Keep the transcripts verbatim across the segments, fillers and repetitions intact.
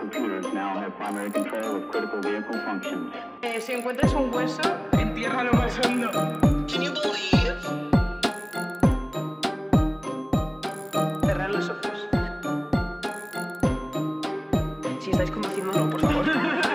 computers now have primary control of critical vehicle functions. Eh, si encuentras un hueso, entiérralo más hondo. Can you believe? Cerrar los ojos. Si estáis conduciendo, no, por favor.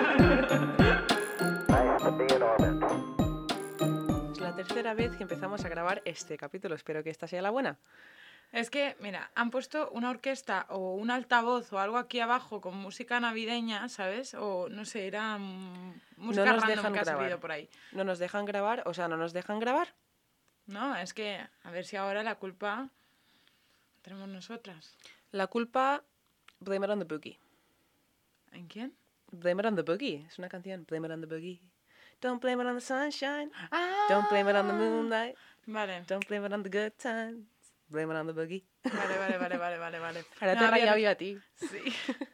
Es la tercera vez que empezamos a grabar este capítulo. Espero que esta sea la buena. Es que, mira, han puesto una orquesta o un altavoz o algo aquí abajo con música navideña, ¿sabes? O, no sé, era mm, música No nos random dejan que ha grabar. salido por ahí. No nos dejan grabar, o sea, no nos dejan grabar. No, es que, a ver si ahora la culpa la tenemos nosotras. La culpa, Blame It on the Boogie. ¿En quién? Blame It on the Boogie. Es una canción. Blame It on the Boogie. Don't blame it on the sunshine. ¡Ah! Don't blame it on the moonlight. Vale, Don't blame it on the good times. Blame it on the boogie. vale, vale, vale, vale, vale, vale. Ahora No, te he había- rayado yo a ti. Sí.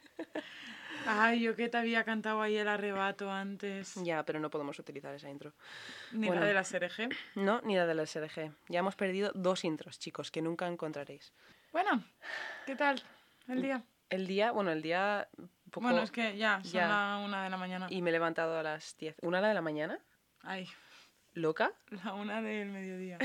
Ay, yo que te había cantado ahí el arrebato antes. Ya, pero no podemos utilizar esa intro. Ni Bueno. la de la S R G. No, ni la de la S R G. Ya hemos perdido dos intros, chicos, que nunca encontraréis. Bueno, ¿qué tal el día? El día, bueno, el día... un poco- Bueno, es que ya, son ya. la una de la mañana. Y me he levantado a las diez. ¿Una hora de la mañana? Ay, ¿Loca? la una del mediodía.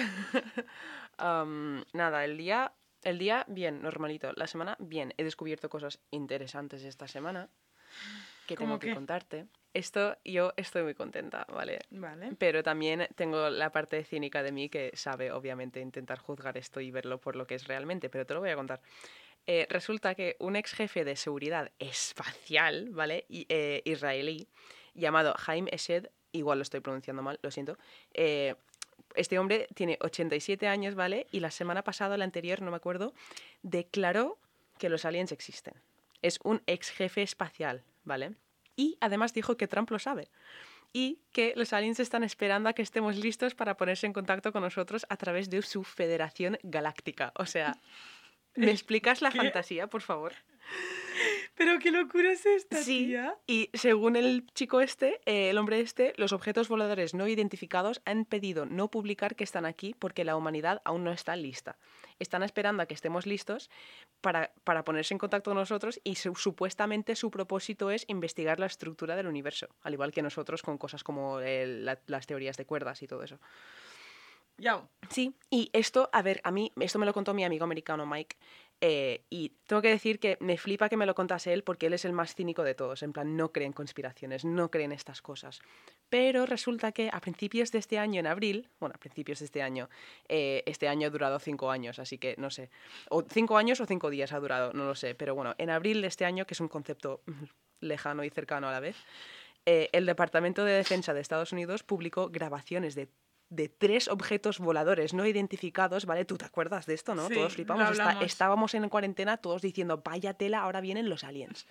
Am, nada, el día... El día, bien, normalito. La semana, bien. He descubierto cosas interesantes esta semana que ¿Cómo tengo que qué? contarte. Esto, yo estoy muy contenta, ¿vale? Vale. Pero también tengo la parte cínica de mí que sabe, obviamente, intentar juzgar esto y verlo por lo que es realmente, pero te lo voy a contar. Eh, resulta que un ex jefe de seguridad espacial, ¿vale? Y, eh, israelí, llamado Haim Eshed, igual lo estoy pronunciando mal, lo siento, eh, este hombre tiene ochenta y siete años, ¿vale? Y la semana pasada, la anterior, no me acuerdo, declaró que los aliens existen. Es un ex jefe espacial, ¿vale? Y además dijo que Trump lo sabe. Y que los aliens están esperando a que estemos listos para ponerse en contacto con nosotros a través de su Federación Galáctica. O sea, ¿me explicas la ¿Qué? fantasía, por favor? Pero qué locura es esta, Sí, tía. y según el chico este, eh, el hombre este, los objetos voladores no identificados han pedido no publicar que están aquí porque la humanidad aún no está lista. Están esperando a que estemos listos para, para ponerse en contacto con nosotros y su- supuestamente su propósito es investigar la estructura del universo, al igual que nosotros con cosas como el- la- las teorías de cuerdas y todo eso. Ya. Sí, y esto, a ver, a mí, esto me lo contó mi amigo americano Mike, eh, y tengo que decir que me flipa que me lo contase él porque él es el más cínico de todos, en plan, no cree en conspiraciones, no cree en estas cosas. Pero resulta que a principios de este año, en abril, bueno, a principios de este año, eh, este año ha durado cinco años, así que no sé, o cinco años o cinco días ha durado, no lo sé, pero bueno, en abril de este año, que es un concepto lejano y cercano a la vez, eh, el Departamento de Defensa de Estados Unidos publicó grabaciones de de tres objetos voladores no identificados, ¿vale? ¿Tú te acuerdas de esto, no? Sí, Todos flipamos. lo Está- hablamos. estábamos en cuarentena todos diciendo, vaya tela, ahora vienen los aliens.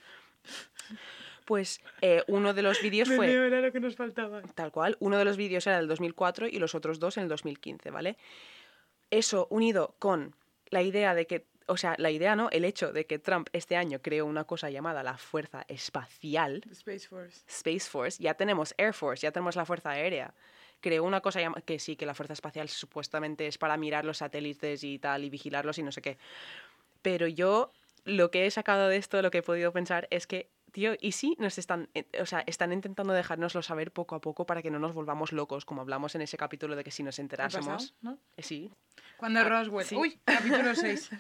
Pues eh, uno de los vídeos fue... Meneo era lo que nos faltaba. Tal cual, uno de los vídeos era del dos mil cuatro y los otros dos en el dos mil quince, ¿vale? Eso unido con la idea de que, o sea, la idea, ¿no? El hecho de que Trump este año creó una cosa llamada la Fuerza Espacial, Space Force. Space Force, ya tenemos Air Force, ya tenemos la Fuerza Aérea. Creó una cosa llama- que sí, que la Fuerza Espacial supuestamente es para mirar los satélites y tal, y vigilarlos y no sé qué. Pero yo, lo que he sacado de esto, lo que he podido pensar es que, tío, ¿y si nos están, eh, o sea, están intentando dejárnoslo saber poco a poco para que no nos volvamos locos, como hablamos en ese capítulo de que si nos ¿Ha enterásemos... pasado? ¿No? Eh, sí. Cuando Ah, Roswell. sí. Uy, capítulo seis.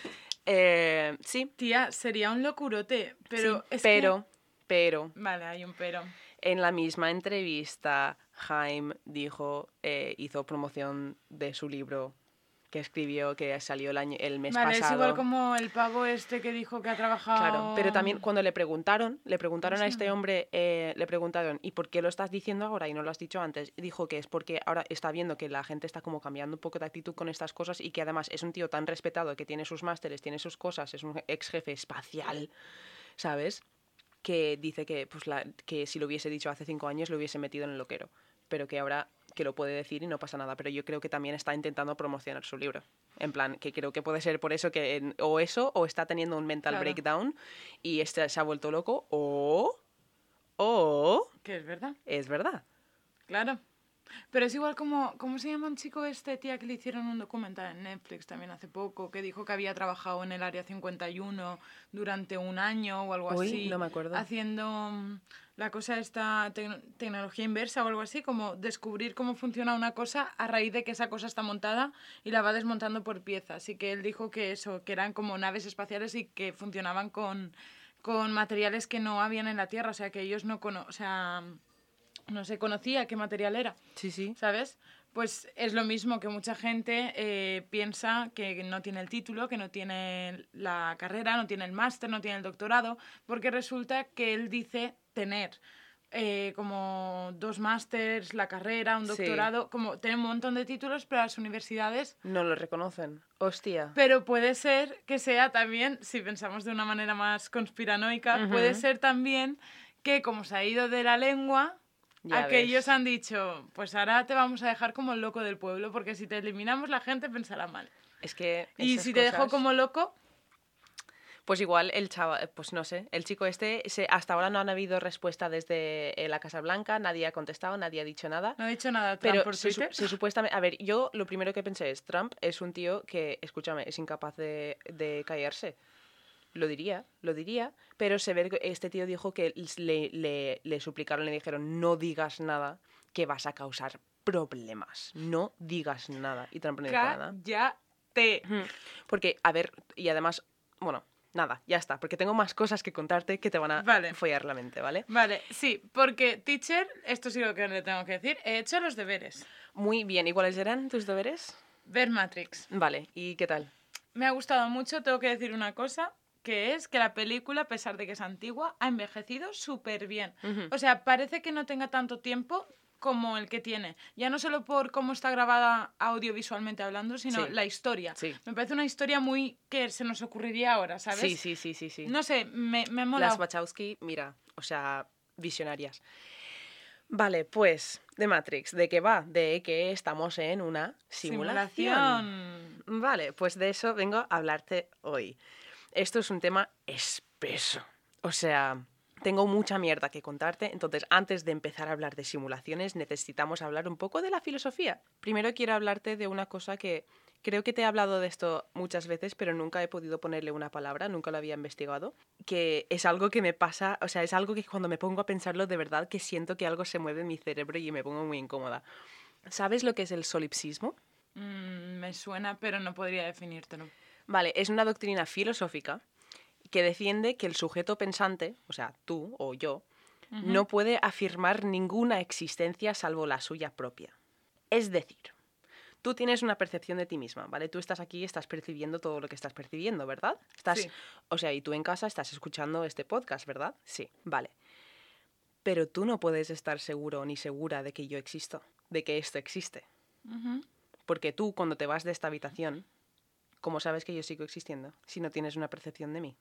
Eh, sí, Tía, sería un locurote, pero sí, es pero, pero, que... Vale, hay un pero. en la misma entrevista, Haim dijo, eh, hizo promoción de su libro que escribió, que salió el, año, el mes Vale, pasado. es igual como el pavo este que dijo que ha trabajado... Claro, pero también cuando le preguntaron, le preguntaron ¿Cómo a se este llama? hombre, eh, le preguntaron, ¿y por qué lo estás diciendo ahora y no lo has dicho antes? Y dijo que es porque ahora está viendo que la gente está como cambiando un poco de actitud con estas cosas y que además es un tío tan respetado que tiene sus másteres, tiene sus cosas, es un ex jefe espacial, ¿sabes? Que dice que, pues, la, que si lo hubiese dicho hace cinco años lo hubiese metido en el loquero, pero que ahora que lo puede decir y no pasa nada. Pero yo creo que también está intentando promocionar su libro. En plan, que creo que puede ser por eso que en- o eso, o está teniendo un mental Claro. breakdown y este se ha vuelto loco, o, o Que es verdad, es verdad. claro. Pero es igual como, ¿cómo se llama un chico este, tía, que le hicieron un documental en Netflix también hace poco, que dijo que había trabajado en el Área cincuenta y uno durante un año o algo Uy, así? no me acuerdo. Haciendo mm, la cosa esta, tec- tecnología inversa o algo así, como descubrir cómo funciona una cosa a raíz de que esa cosa está montada y la va desmontando por piezas. Y que él dijo que eso, que eran como naves espaciales y que funcionaban con, con materiales que no habían en la Tierra, o sea, que ellos no cono o sea, no se conocía qué material era. Sí, sí. ¿Sabes? Pues es lo mismo que mucha gente eh, piensa que no tiene el título, que no tiene la carrera, no tiene el máster, no tiene el doctorado, porque resulta que él dice tener eh, como dos másters, la carrera, un Sí. doctorado, como tener un montón de títulos, pero las universidades... No lo reconocen. Hostia. Pero puede ser que sea también, si pensamos de una manera más conspiranoica, Ujú. puede ser también que como se ha ido de la lengua... Ya Aquellos ves. han dicho, pues ahora te vamos a dejar como el loco del pueblo, porque si te eliminamos la gente pensará mal. Es que Y esas si te dejo cosas- como loco, Pues igual el chaval, pues no sé, el chico este, se- hasta ahora no han habido respuesta desde eh, la Casa Blanca, nadie ha contestado, nadie ha dicho nada. no ha dicho nada Trump Pero por se, su- Twitter. se supuestamente... A ver, yo lo primero que pensé es, Trump es un tío que, escúchame, es incapaz de, de callarse. Lo diría, lo diría, pero se ve que este tío dijo que le, le, le suplicaron, le dijeron, no digas nada, que vas a causar problemas. No digas nada. Y Trump no dijo nada. Cállate. Ujú. Porque, a ver, y además, bueno, nada, ya está, porque tengo más cosas que contarte que te van a Vale. follar la mente, ¿vale? Vale, sí, porque teacher, esto sí lo que le tengo que decir, he hecho los deberes. Muy bien, ¿y cuáles eran tus deberes? Ver Matrix. Vale, ¿y qué tal? Me ha gustado mucho, tengo que decir una cosa, que es que la película, a pesar de que es antigua, ha envejecido súper bien. Ujú. O sea, parece que no tenga tanto tiempo como el que tiene. Ya no solo por cómo está grabada audiovisualmente hablando, sino Sí. la historia. Sí. Me parece una historia muy que se nos ocurriría ahora, ¿sabes? Sí, sí, sí, sí, sí. No sé, me, me ha Las molado. Wachowski, mira, o sea, visionarias. Vale, pues, de Matrix, ¿de qué va? De que estamos en una simulación. Simulación. Vale, pues de eso vengo a hablarte hoy. Esto es un tema espeso. O sea, tengo mucha mierda que contarte, entonces antes de empezar a hablar de simulaciones necesitamos hablar un poco de la filosofía. Primero quiero hablarte de una cosa que creo que te he hablado de esto muchas veces, pero nunca he podido ponerle una palabra, nunca lo había investigado, que es algo que me pasa, o sea, es algo que cuando me pongo a pensarlo de verdad que siento que algo se mueve en mi cerebro y me pongo muy incómoda. ¿Sabes lo que es el solipsismo? Mm, me suena, pero no podría definírtelo. Vale, es una doctrina filosófica que defiende que el sujeto pensante, o sea, tú o yo, no puede afirmar ninguna existencia salvo la suya propia. Es decir, tú tienes una percepción de ti misma, ¿vale? Tú estás aquí y estás percibiendo todo lo que estás percibiendo, ¿verdad? Estás, Sí. o sea, y tú en casa estás escuchando este podcast, ¿verdad? Sí, vale. Pero tú no puedes estar seguro ni segura de que yo existo, de que esto existe. Ujú. Porque tú, cuando te vas de esta habitación, ¿cómo sabes que yo sigo existiendo si no tienes una percepción de mí?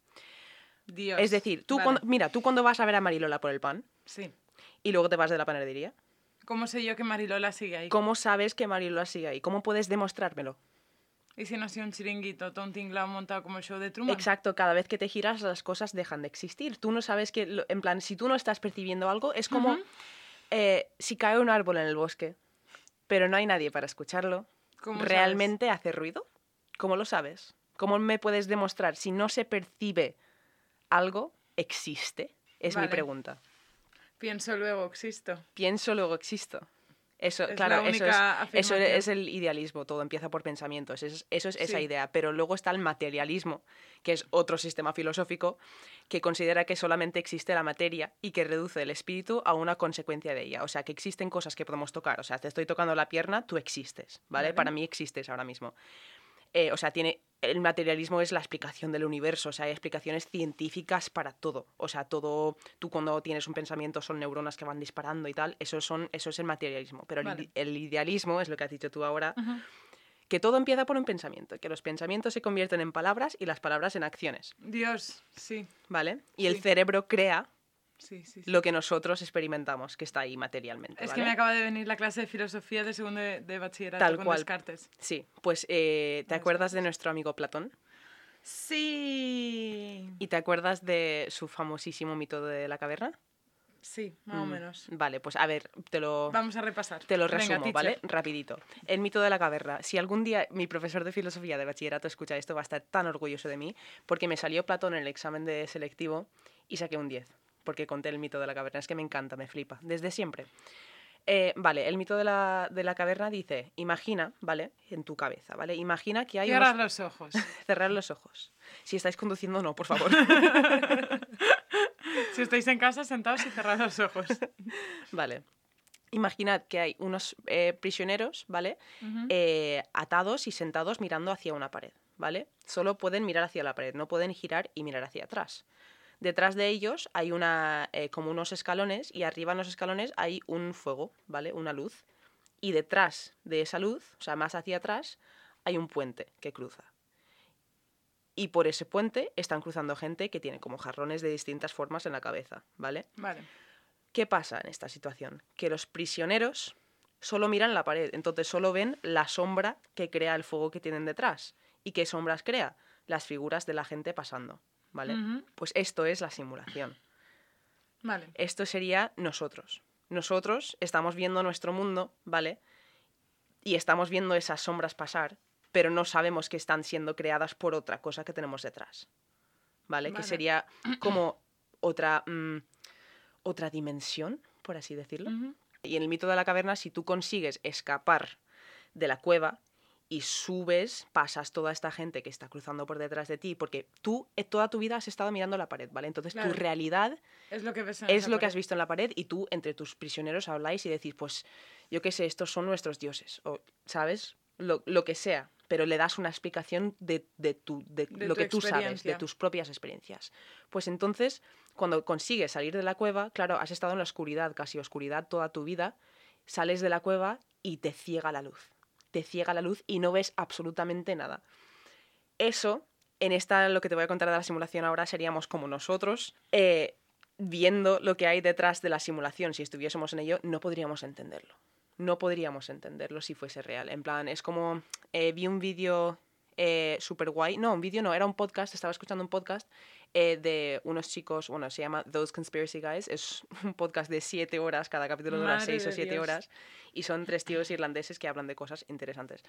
Dios. Es decir, tú Vale. cuando, mira, tú cuando vas a ver a Marilola por el pan Sí. y luego te vas de la panadería, ¿Cómo sé yo que Marilola sigue ahí? ¿cómo sabes que Marilola sigue ahí? ¿Cómo puedes demostrármelo? ¿Y si no ha sido un chiringuito, todo un tinglao montado como el show de Truman? Exacto, cada vez que te giras las cosas dejan de existir. Tú no sabes que, lo- en plan, si tú no estás percibiendo algo, es como Ujú. eh, si cae un árbol en el bosque, pero no hay nadie para escucharlo. ¿Cómo sabes? ¿Realmente hace ruido? ¿Cómo lo sabes? ¿Cómo me puedes demostrar si no se percibe algo, existe? Es mi Vale. pregunta. Pienso luego, existo. Pienso, luego existo. Eso, Es claro, la eso, es, única eso afirmación. es el idealismo, todo empieza por pensamientos, es- eso es esa Sí. idea. Pero luego está el materialismo, que es otro sistema filosófico que considera que solamente existe la materia y que reduce el espíritu a una consecuencia de ella. O sea, que existen cosas que podemos tocar. O sea, te estoy tocando la pierna, tú existes, ¿vale? Vale. Para mí existes ahora mismo. Eh, o sea, tiene el materialismo es la explicación del universo, o sea, hay explicaciones científicas para todo. O sea, todo, tú cuando tienes un pensamiento son neuronas que van disparando y tal, eso, son, eso es el materialismo. Pero el Vale. ide- el, idealismo es lo que has dicho tú ahora, Ujú. que todo empieza por un pensamiento, que los pensamientos se convierten en palabras y las palabras en acciones, Dios, sí, ¿vale? Y el Sí. cerebro crea sí, sí. sí. lo que nosotros experimentamos, que está ahí materialmente, Es ¿vale? que me acaba de venir la clase de filosofía de segundo de, de bachillerato Tal con cual. Descartes. Sí, pues eh, ¿te Las acuerdas de nuestro amigo Platón? Sí. ¿Y te acuerdas de su famosísimo mito de la caverna? Sí, más o Mm, menos. Vale, pues a ver, te lo... Vamos a repasar. Te lo Venga, resumo, teacher. ¿vale? Rapidito. El mito de la caverna. Si algún día mi profesor de filosofía de bachillerato escucha esto, va a estar tan orgulloso de mí, porque me salió Platón en el examen de selectivo y saqué un diez, porque conté el mito de la caverna. Es que me encanta, me flipa, desde siempre. Eh, vale, el mito de la, de la caverna dice, imagina, ¿vale? En tu cabeza, ¿vale? Imagina que hay Cierra unos... los ojos. Cerrar los ojos. Si estáis conduciendo, no, por favor. Si estáis en casa, sentados y cerrad los ojos. Vale. Imaginad que hay unos eh, prisioneros, ¿vale? Ujú. Eh, atados y sentados mirando hacia una pared, ¿vale? Solo pueden mirar hacia la pared, no pueden girar y mirar hacia atrás. Detrás de ellos hay una, eh, como unos escalones y arriba en los escalones hay un fuego, ¿vale? Una luz. Y detrás de esa luz, o sea, más hacia atrás, hay un puente que cruza. Y por ese puente están cruzando gente que tiene como jarrones de distintas formas en la cabeza, ¿vale? Vale. ¿Qué pasa en esta situación? Que los prisioneros solo miran la pared, entonces solo ven la sombra que crea el fuego que tienen detrás. ¿Y qué sombras crea? Las figuras de la gente pasando, ¿vale? Ujú. Pues esto es la simulación. Vale. Esto sería nosotros. Nosotros estamos viendo nuestro mundo, ¿vale? Y estamos viendo esas sombras pasar, pero no sabemos que están siendo creadas por otra cosa que tenemos detrás, ¿vale? Que Vale. sería como otra... mm, otra dimensión, por así decirlo. Ujú. Y en el mito de la caverna, si tú consigues escapar de la cueva y subes, pasas toda esta gente que está cruzando por detrás de ti, porque tú eh, toda tu vida has estado mirando la pared, ¿vale? Entonces Claro. tu realidad Es lo que ves en es esa lo que pared. has visto en la pared y tú entre tus prisioneros habláis y decís, pues yo qué sé, estos son nuestros dioses, o, ¿sabes? Lo, lo que sea, pero le das una explicación de, de, tu, de, De lo tu que tú sabes, de experiencia. tus propias experiencias. Pues entonces, cuando consigues salir de la cueva, claro, has estado en la oscuridad, casi oscuridad toda tu vida, sales de la cueva y te ciega la luz. Te ciega la luz y no ves absolutamente nada. Eso, en esta, lo que te voy a contar de la simulación ahora, seríamos como nosotros, eh, viendo lo que hay detrás de la simulación. Si estuviésemos en ello, no podríamos entenderlo. No podríamos entenderlo si fuese real. En plan, es como, eh, vi un vídeo eh, súper guay, no, un vídeo no, era un podcast, estaba escuchando un podcast eh, de unos chicos, bueno, se llama Those Conspiracy Guys, es un podcast de siete horas, cada capítulo dura Madre seis o de siete Dios. horas, y son tres tíos irlandeses que hablan de cosas interesantes.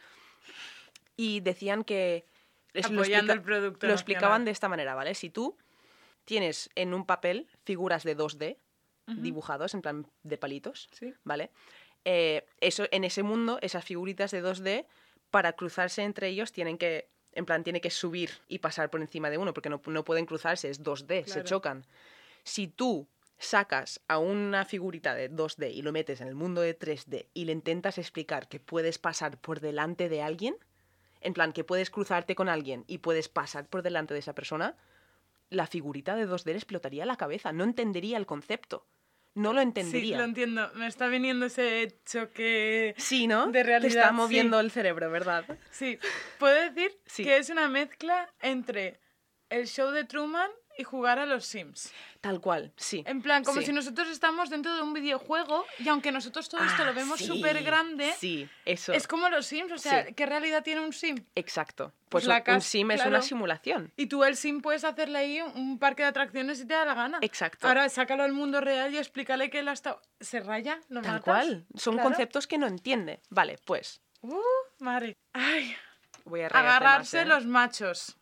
Y decían que... les- lo Apoyando explica- el producto Lo explicaban nacional. de esta manera, ¿vale? Si tú tienes en un papel figuras de dos D Ujú. dibujados, en plan de palitos, Sí. ¿vale? Eh, eso, en ese mundo, esas figuritas de dos D, para cruzarse entre ellos tienen que, en plan, tiene que subir y pasar por encima de uno, porque no, no pueden cruzarse, es dos D, se Claro. chocan. Si tú sacas a una figurita de dos D y lo metes en el mundo de tres D y le intentas explicar que puedes pasar por delante de alguien, en plan, que puedes cruzarte con alguien y puedes pasar por delante de esa persona, la figurita de dos D le explotaría la cabeza, no entendería el concepto. No lo Sí, entendería. lo entiendo. Me está viniendo ese choque Sí, ¿no? de realidad. Te está sí. moviendo el cerebro, ¿verdad? Sí, puedo decir Sí. que es una mezcla entre el show de Truman y jugar a los Sims. Tal cual, sí. En plan, como Sí. si nosotros estamos dentro de un videojuego y aunque nosotros todo esto Ah, lo vemos sí, súper grande, Sí, eso. es como los Sims. O sea, Sí. ¿qué realidad tiene un Sim? Exacto. Pues Pues la un- un cas- sim es claro. una simulación. Y tú el Sim puedes hacerle ahí un parque de atracciones si te da la gana. Exacto. Ahora sácalo al mundo real y explícale que él hasta... ¿Se raya? ¿Lo Tal matas? cual. Son Claro. conceptos que no entiende. Vale, pues Uh, madre. Ay, voy a rayarte agarrarse más, ¿eh? los machos.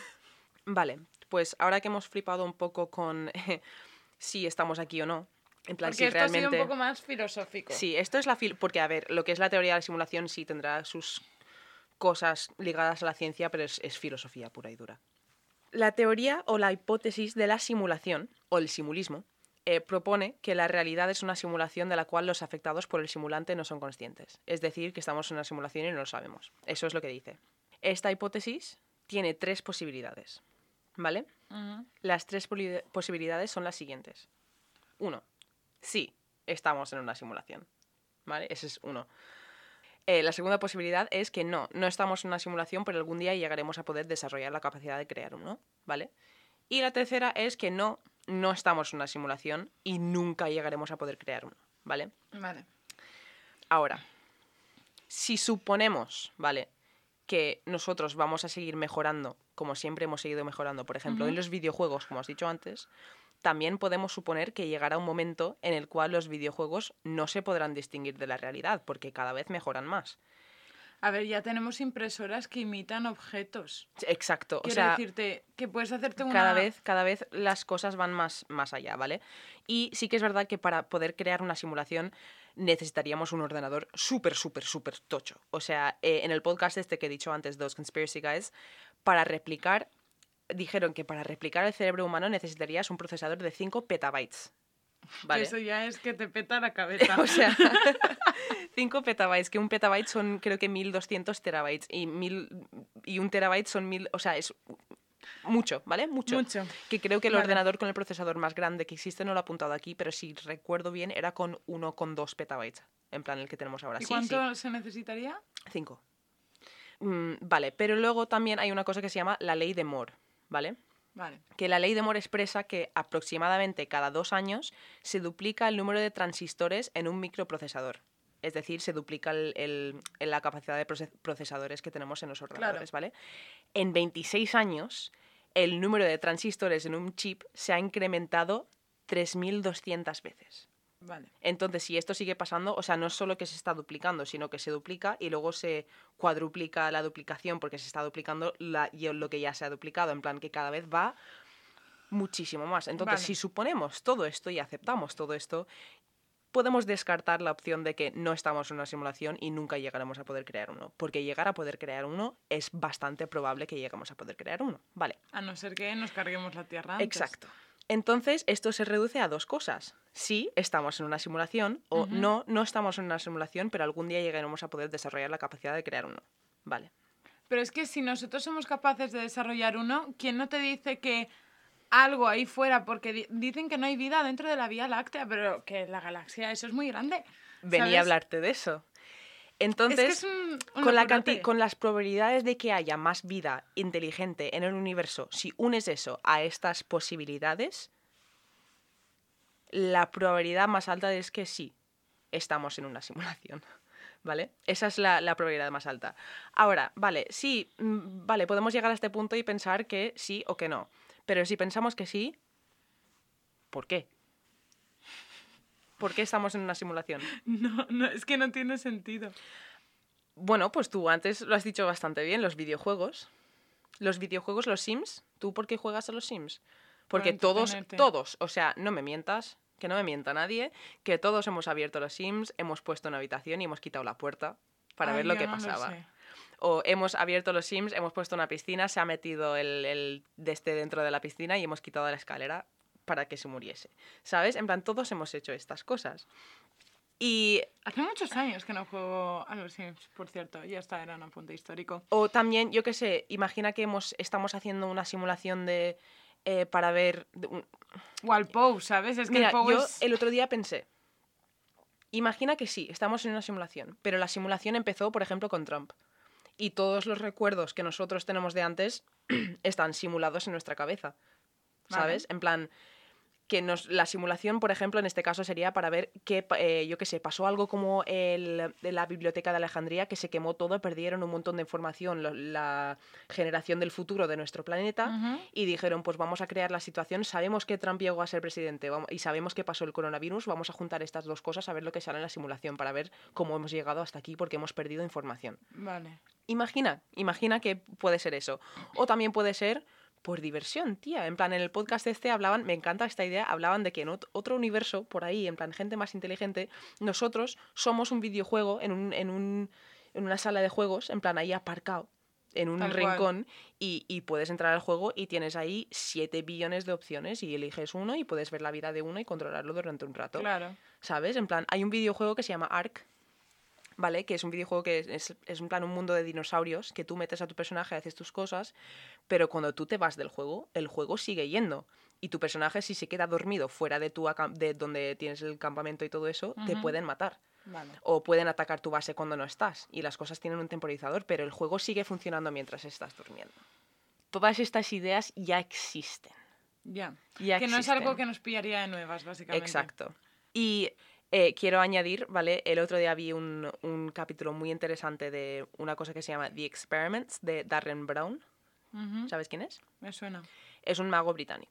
Vale, pues ahora que hemos flipado un poco con si estamos aquí o no, en plan, Porque si esto ha sido realmente... un poco más filosófico. Sí, esto es la... fil- Porque, a ver, lo que es la teoría de la simulación sí tendrá sus cosas ligadas a la ciencia, pero es, es filosofía pura y dura. La teoría o la hipótesis de la simulación, o el simulismo, eh, propone que la realidad es una simulación de la cual los afectados por el simulante no son conscientes. Es decir, que estamos en una simulación y no lo sabemos. Eso es lo que dice. Esta hipótesis tiene tres posibilidades, ¿vale? Ujú. Las tres poli- posibilidades son las siguientes. Uno, sí, estamos en una simulación, ¿vale? Ese es uno. Eh, la segunda posibilidad es que no, no estamos en una simulación, pero algún día llegaremos a poder desarrollar la capacidad de crear uno, ¿vale? Y la tercera es que no, no estamos en una simulación y nunca llegaremos a poder crear uno, ¿vale? Vale. Ahora, si suponemos, ¿vale?, que nosotros vamos a seguir mejorando, como siempre hemos seguido mejorando, por ejemplo, Ujú. en los videojuegos, como has dicho antes, también podemos suponer que llegará un momento en el cual los videojuegos no se podrán distinguir de la realidad, porque cada vez mejoran más. A ver, ya tenemos impresoras que imitan objetos. Exacto, o Quiero sea, decirte que puedes hacerte una... cada vez, cada vez las cosas van más, más allá, ¿vale? Y sí que es verdad que para poder crear una simulación necesitaríamos un ordenador súper, súper, súper tocho. O sea, eh, en el podcast este que he dicho antes, Those Conspiracy Guys, para replicar, dijeron que para replicar el cerebro humano necesitarías un procesador de cinco petabytes. que ¿Vale? Eso ya es que te peta la cabeza. O sea, cinco petabytes, que un petabyte son creo que mil doscientos terabytes y, mil, y un terabyte son mil, o sea, es mucho, ¿vale? Mucho. Mucho. Que creo que el Vale. ordenador con el procesador más grande que existe, no lo he apuntado aquí, pero si recuerdo bien, era con uno coma dos petabytes, en plan el que tenemos ahora. ¿Y Sí, cuánto sí, se necesitaría? cinco. Mm, vale, pero luego también hay una cosa que se llama la ley de Moore, ¿vale? Vale. Que la ley de Moore expresa que aproximadamente cada dos años se duplica el número de transistores en un microprocesador. Es decir, se duplica el- el- el- la capacidad de proce- procesadores que tenemos en los ordenadores, ¿vale? En veintiséis años, el número de transistores en un chip se ha incrementado tres mil doscientas veces. Vale. Entonces, si esto sigue pasando, o sea, no es solo que se está duplicando, sino que se duplica y luego se cuadruplica la duplicación porque se está duplicando la- y lo que ya se ha duplicado, en plan que cada vez va muchísimo más. Entonces, Vale. si suponemos todo esto y aceptamos todo esto, podemos descartar la opción de que no estamos en una simulación y nunca llegaremos a poder crear uno. Porque llegar a poder crear uno es bastante probable que lleguemos a poder crear uno. Vale. A no ser que nos carguemos la Tierra antes. Exacto. Entonces, esto se reduce a dos cosas. Sí, estamos en una simulación, o Ujú. no, no estamos en una simulación, pero algún día llegaremos a poder desarrollar la capacidad de crear uno. Vale. Pero es que si nosotros somos capaces de desarrollar uno, ¿quién no te dice que algo ahí fuera? Porque di- dicen que no hay vida dentro de la Vía Láctea, pero que la galaxia, eso es muy grande. Venía ¿sabes? a hablarte de eso. Entonces, Es que es un, un con, la locurate. canti- con las probabilidades de que haya más vida inteligente en el universo, si unes eso a estas posibilidades, la probabilidad más alta es que sí, estamos en una simulación. ¿Vale? Esa es la, la probabilidad más alta. Ahora, vale, sí, mm, vale, podemos llegar a este punto y pensar que sí o que no. Pero si pensamos que sí, ¿por qué? ¿Por qué estamos en una simulación? No, no, es que no tiene sentido. Bueno, pues tú antes lo has dicho bastante bien, los videojuegos. Los videojuegos, los Sims, ¿tú por qué juegas a los Sims? Porque Para todos, entretenerte. todos, o sea, no me mientas, que no me mienta nadie, que todos hemos abierto los Sims, hemos puesto una habitación y hemos quitado la puerta para Ay, ver lo yo que no pasaba. sé. O hemos abierto los Sims, hemos puesto una piscina, se ha metido el, el de este dentro de la piscina y hemos quitado la escalera para que se muriese. ¿Sabes? En plan, todos hemos hecho estas cosas. Y Hace muchos años que no juego a los Sims, por cierto. Ya está, era un apunte histórico. O también, yo qué sé, imagina que hemos, estamos haciendo una simulación de eh, para ver... de un- O al Pou, ¿sabes? Es que Mira, el Pou yo es... el otro día pensé, imagina que sí, estamos en una simulación, pero la simulación empezó, por ejemplo, con Trump. Y todos los recuerdos que nosotros tenemos de antes están simulados en nuestra cabeza. ¿Sabes? En plan, que nos, la simulación, por ejemplo, en este caso sería para ver qué, pa- eh, yo qué sé, pasó algo como el, de la biblioteca de Alejandría, que se quemó todo, perdieron un montón de información, lo- la generación del futuro de nuestro planeta, Ujú. y dijeron, pues vamos a crear la situación, sabemos que Trump llegó a ser presidente vamos- y sabemos que pasó el coronavirus, vamos a juntar estas dos cosas a ver lo que sale en la simulación, para ver cómo hemos llegado hasta aquí, porque hemos perdido información. Vale. Imagina, imagina que puede ser eso. O también puede ser por diversión, tía. En plan, en el podcast este hablaban, me encanta esta idea, hablaban de que en ot- otro universo, por ahí, en plan, gente más inteligente, nosotros somos un videojuego en, un, en, un, en una sala de juegos, en plan, ahí aparcado, en un Tal cual. rincón, y, y puedes entrar al juego y tienes ahí siete billones de opciones y eliges uno y puedes ver la vida de uno y controlarlo durante un rato. Claro. ¿Sabes? En plan, hay un videojuego que se llama Ark, ¿vale? Que es un videojuego que es, es, es en plan un mundo de dinosaurios, que tú metes a tu personaje, haces tus cosas, pero cuando tú te vas del juego, el juego sigue yendo. Y tu personaje, si se queda dormido fuera de, tu acam- de donde tienes el campamento y todo eso, te Ujú. pueden matar. Vale. O pueden atacar tu base cuando no estás. Y las cosas tienen un temporizador, pero el juego sigue funcionando mientras estás durmiendo. Todas estas ideas ya existen. Ya. Ya que no es existen. algo que nos pillaría de nuevas, básicamente. Exacto. Y eh, quiero añadir, ¿vale? El otro día vi un, un capítulo muy interesante de una cosa que se llama The Experiments de Darren Brown. Ujú. ¿Sabes quién es? Me suena. Es un mago británico.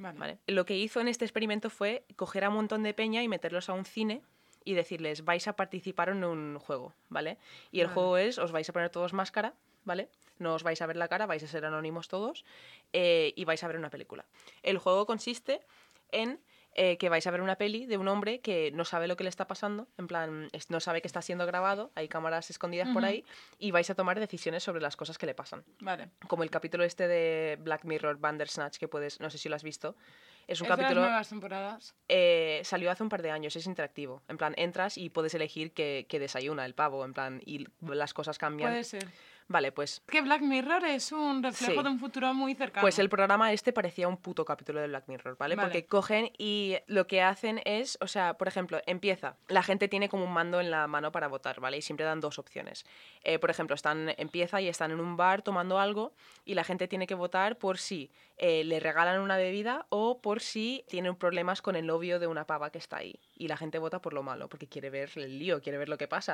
Vale. ¿vale? Lo que hizo en este experimento fue coger a un montón de peña y meterlos a un cine y decirles, vais a participar en un juego, ¿vale? Y el Vale. juego es, os vais a poner todos máscara, ¿vale? No os vais a ver la cara, vais a ser anónimos todos eh, y vais a ver una película. El juego consiste en eh, que vais a ver una peli de un hombre que no sabe lo que le está pasando, en plan, es- no sabe que está siendo grabado, hay cámaras escondidas por Ujú. ahí y vais a tomar decisiones sobre las cosas que le pasan. Vale. Como el capítulo este de Black Mirror, Bandersnatch, que puedes, no sé si lo has visto. Es un ¿Es de las capítulo... nuevas temporadas? Eh, salió hace un par de años, es interactivo. En plan, entras y puedes elegir qué, qué desayuna el pavo, en plan, y las cosas cambian. Puede ser. Vale, pues, Que Black Mirror es un reflejo Sí. de un futuro muy cercano. pues el programa este parecía un puto capítulo de Black Mirror, ¿vale? Vale. Porque cogen y lo que hacen es, o sea, por ejemplo, empieza, la gente tiene como un mando en la mano para votar, ¿vale? Y siempre dan dos opciones. Eh, por ejemplo, están, empieza y están en un bar tomando algo y la gente tiene que votar por si eh, le regalan una bebida o por si tienen problemas con el novio de una pava que está ahí. Y la gente vota por lo malo, porque quiere ver el lío, quiere ver lo que pasa.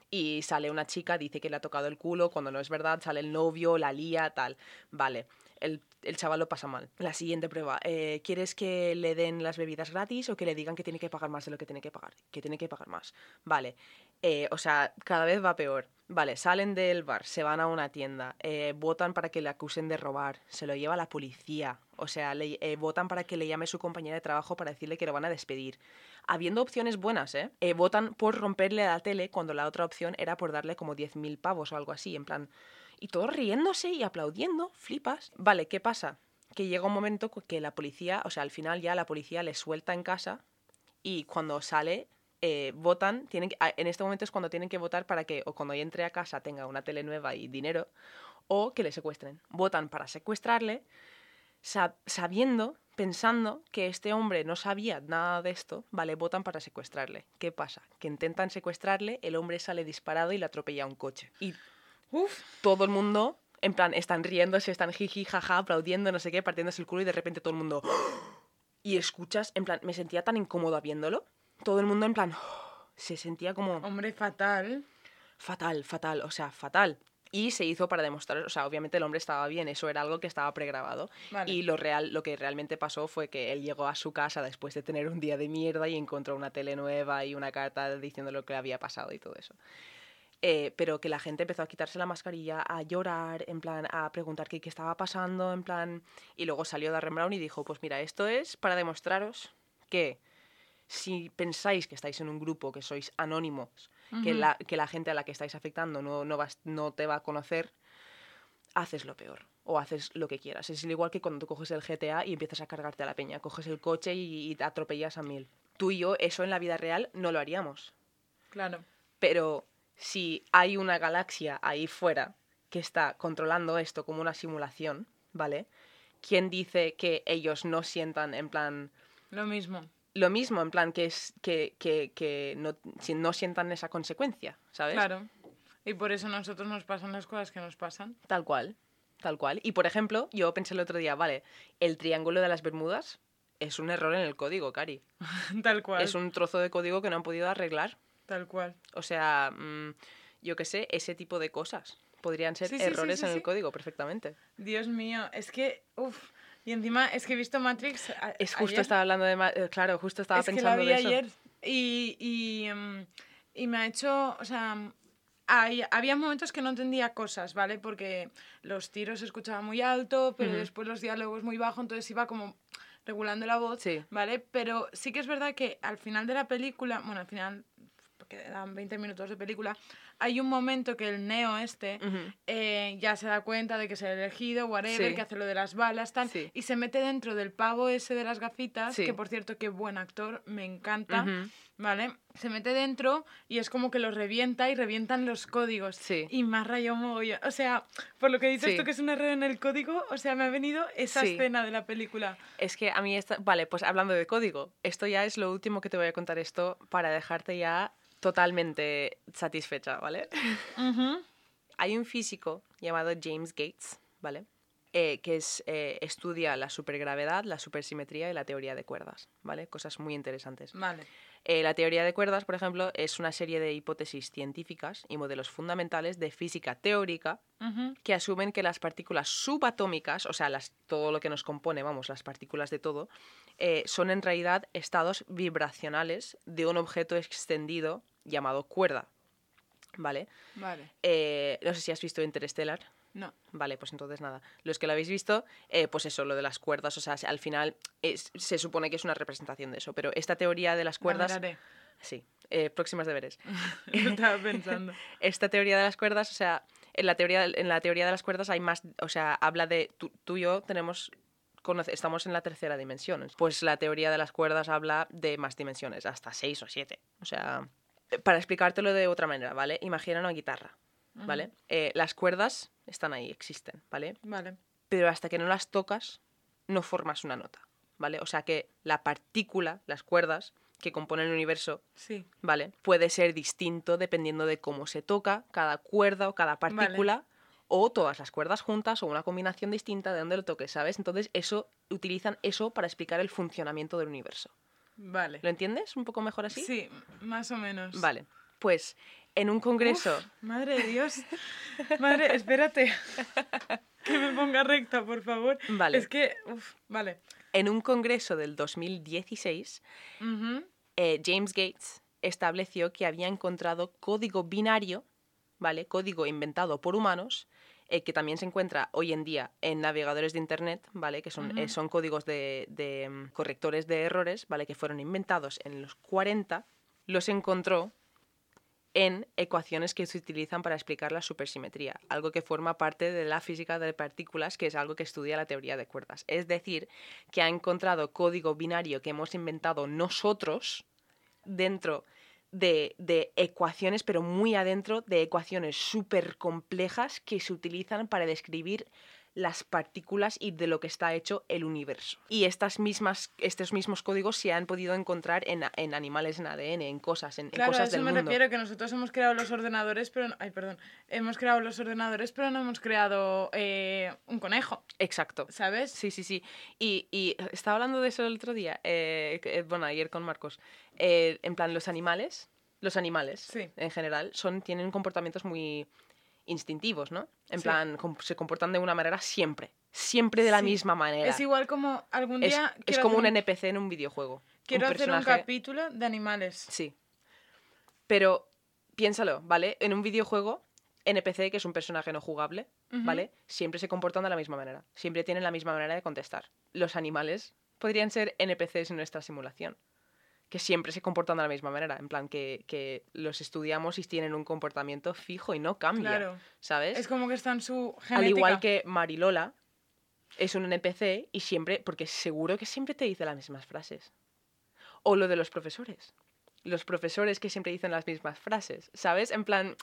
Y sale una chica, dice que le ha tocado el culo, cuando no es verdad, sale el novio, la lía, tal. Vale, el, el chaval lo pasa mal. La siguiente prueba, eh, ¿quieres que le den las bebidas gratis o que le digan que tiene que pagar más de lo que tiene que pagar? Que tiene que pagar más. Vale, eh, o sea, cada vez va peor. Vale, salen del bar, se van a una tienda, eh, votan para que le acusen de robar, se lo lleva la policía, o sea, le, eh, votan para que le llame su compañera de trabajo para decirle que lo van a despedir. Habiendo opciones buenas, ¿eh? Eh, votan por romperle la tele cuando la otra opción era por darle como diez mil pavos o algo así, en plan... Y todos riéndose y aplaudiendo, flipas. Vale, ¿qué pasa? Que llega un momento que la policía, o sea, al final ya la policía le suelta en casa y cuando sale, eh, votan, tienen que- a- en este momento es cuando tienen que votar para que, o cuando entre a casa tenga una tele nueva y dinero, o que le secuestren. Votan para secuestrarle, sab- sabiendo, pensando que este hombre no sabía nada de esto, vale, votan para secuestrarle. ¿Qué pasa? Que intentan secuestrarle, el hombre sale disparado y le atropella un coche. Y Uf, todo el mundo, en plan, están riéndose, están jiji, jaja, aplaudiendo, no sé qué, partiéndose el culo y de repente todo el mundo... Y escuchas, en plan, me sentía tan incómoda viéndolo. Todo el mundo en plan... Se sentía como hombre, fatal. fatal, fatal, o sea, fatal. Y se hizo para demostrar, o sea, obviamente el hombre estaba bien, eso era algo que estaba pregrabado. Vale. Y lo real, lo que realmente pasó fue que él llegó a su casa después de tener un día de mierda y encontró una tele nueva y una carta diciendo lo que le había pasado y todo eso. Eh, pero que la gente empezó a quitarse la mascarilla, a llorar, en plan, a preguntar qué, qué estaba pasando, en plan... Y luego salió Darren Brown y dijo, pues mira, esto es para demostraros que si pensáis que estáis en un grupo, que sois anónimos, que, Ujú. la, que la gente a la que estáis afectando no, no, vas- no te va a conocer, haces lo peor. O haces lo que quieras. Es igual que cuando tú coges el G T A y empiezas a cargarte a la peña. Coges el coche y, y te atropellas a mil. Tú y yo eso en la vida real no lo haríamos. Claro. Pero si hay una galaxia ahí fuera que está controlando esto como una simulación, ¿vale? ¿Quién dice que ellos no sientan en plan Lo mismo. lo mismo, en plan que es que, que, que no, si no sientan esa consecuencia, ¿sabes? Claro. Y por eso a nosotros nos pasan las cosas que nos pasan. Tal cual, tal cual. Y por ejemplo, yo pensé el otro día, vale, el triángulo de las Bermudas es un error en el código, Cari. Tal cual. Es un trozo de código que no han podido arreglar. Tal cual. O sea, mm, yo qué sé, ese tipo de cosas podrían ser Sí, sí, sí, errores sí, en sí. el código perfectamente. Dios mío, es que, uff. Y encima es que he visto Matrix. a- Es justo ayer. estaba hablando de... ma- eh, Claro, justo estaba es que la pensando vi de eso. ayer y, y, mm, y me ha hecho, o sea, hay- había momentos que no entendía cosas, ¿vale? Porque los tiros se escuchaban muy alto, pero Ujú. después los diálogos muy bajo, entonces iba como regulando la voz, Sí. ¿vale? Pero sí que es verdad que al final de la película, bueno, al final, porque dan veinte minutos de película, hay un momento que el Neo este Ujú. eh, ya se da cuenta de que es el elegido, whatever, Sí. que hace lo de las balas, tal, Sí. y se mete dentro del pavo ese de las gafitas, Sí. que por cierto, qué buen actor, me encanta, Ujú. ¿vale? Se mete dentro y es como que los revienta y revientan los códigos. Sí. Y me ha rayado mogollón. O sea, por lo que dices Sí. tú que es un error en el código, o sea, me ha venido esa Sí. escena de la película. Es que a mí esta... Vale, pues hablando de código, esto ya es lo último que te voy a contar esto para dejarte ya totalmente satisfecha, ¿vale? Ujú. Hay un físico llamado James Gates, ¿vale? eh, que es, eh, estudia la supergravedad, la supersimetría y la teoría de cuerdas, ¿vale? Cosas muy interesantes. Vale. Eh, la teoría de cuerdas, por ejemplo, es una serie de hipótesis científicas y modelos fundamentales de física teórica Ujú. que asumen que las partículas subatómicas, o sea, las, todo lo que nos compone, vamos, las partículas de todo, eh, son en realidad estados vibracionales de un objeto extendido llamado cuerda, ¿vale? Vale. Eh, no sé si has visto Interstellar. No. Vale, pues entonces nada. Los que lo habéis visto, eh, pues eso, lo de las cuerdas, o sea, al final es- se supone que es una representación de eso, pero esta teoría de las La cuerdas... miraré. Sí, eh, próximas deberes. Lo estaba pensando. Esta teoría de las cuerdas, o sea, en la teoría, en la teoría de las cuerdas hay más, o sea, habla de, tú, tú y yo tenemos, conoce- estamos en la tercera dimensión, pues la teoría de las cuerdas habla de más dimensiones, hasta seis o siete. O sea, eh, para explicártelo de otra manera, ¿vale? Imagina una guitarra, ¿vale? Ujú. Eh, las cuerdas están ahí, existen, ¿vale? Vale. Pero hasta que no las tocas, no formas una nota, ¿vale? O sea que la partícula, las cuerdas que componen el universo, Sí. ¿vale? Puede ser distinto dependiendo de cómo se toca cada cuerda o cada partícula, o todas las cuerdas juntas, o una combinación distinta de donde lo toques, ¿sabes? Entonces, eso, utilizan eso para explicar el funcionamiento del universo. Vale. ¿Lo entiendes un poco mejor así? Sí, más o menos. Vale. Pues, en un congreso... Uf, madre de Dios. Madre, espérate. Que me ponga recta, por favor. Vale. Es que, uf, vale. En un congreso del dos mil dieciséis, Ujú. eh, James Gates estableció que había encontrado código binario, ¿vale? Código inventado por humanos, eh, que también se encuentra hoy en día en navegadores de Internet, ¿vale? Que son, eh, Ujú. son códigos de, de, mm, correctores de errores, ¿vale? Que fueron inventados en los cuarenta, los encontró en ecuaciones que se utilizan para explicar la supersimetría, algo que forma parte de la física de partículas, que es algo que estudia la teoría de cuerdas. Es decir, que ha encontrado código binario que hemos inventado nosotros dentro de, de ecuaciones, pero muy adentro de ecuaciones súper complejas que se utilizan para describir las partículas y de lo que está hecho el universo. Y estas mismas, estos mismos códigos se han podido encontrar en, a- en animales, en A D N, en cosas, en, en Claro, a cosas eso del me mundo. refiero, que nosotros hemos creado los ordenadores, pero... no- Ay, perdón. Hemos creado los ordenadores, pero no hemos creado eh, un conejo, Exacto. ¿sabes? Sí, sí, sí. Y, y estaba hablando de eso el otro día, eh, que- eh, bueno, ayer con Marcos. Eh, en plan, los animales, los animales Sí. en general, son, tienen comportamientos muy instintivos, ¿no? En Sí. plan, com- se comportan de una manera siempre, siempre de la Sí. misma manera. Es igual como algún Es, día... es quiero como un hacer N P C en un videojuego. Quiero un hacer un personaje- capítulo de animales. Sí. Pero piénsalo, ¿vale? En un videojuego, N P C, que es un personaje no jugable, Ujú. ¿vale? Siempre se comportan de la misma manera. Siempre tienen la misma manera de contestar. Los animales podrían ser N P Cs en nuestra simulación, que siempre se comportan de la misma manera. En plan, que, que los estudiamos y tienen un comportamiento fijo y no cambia. Claro. ¿Sabes? Es como que está en su genética. Al igual que Marilola es un N P C y siempre, porque seguro que siempre te dice las mismas frases. O lo de los profesores. Los profesores que siempre dicen las mismas frases, ¿sabes? En plan,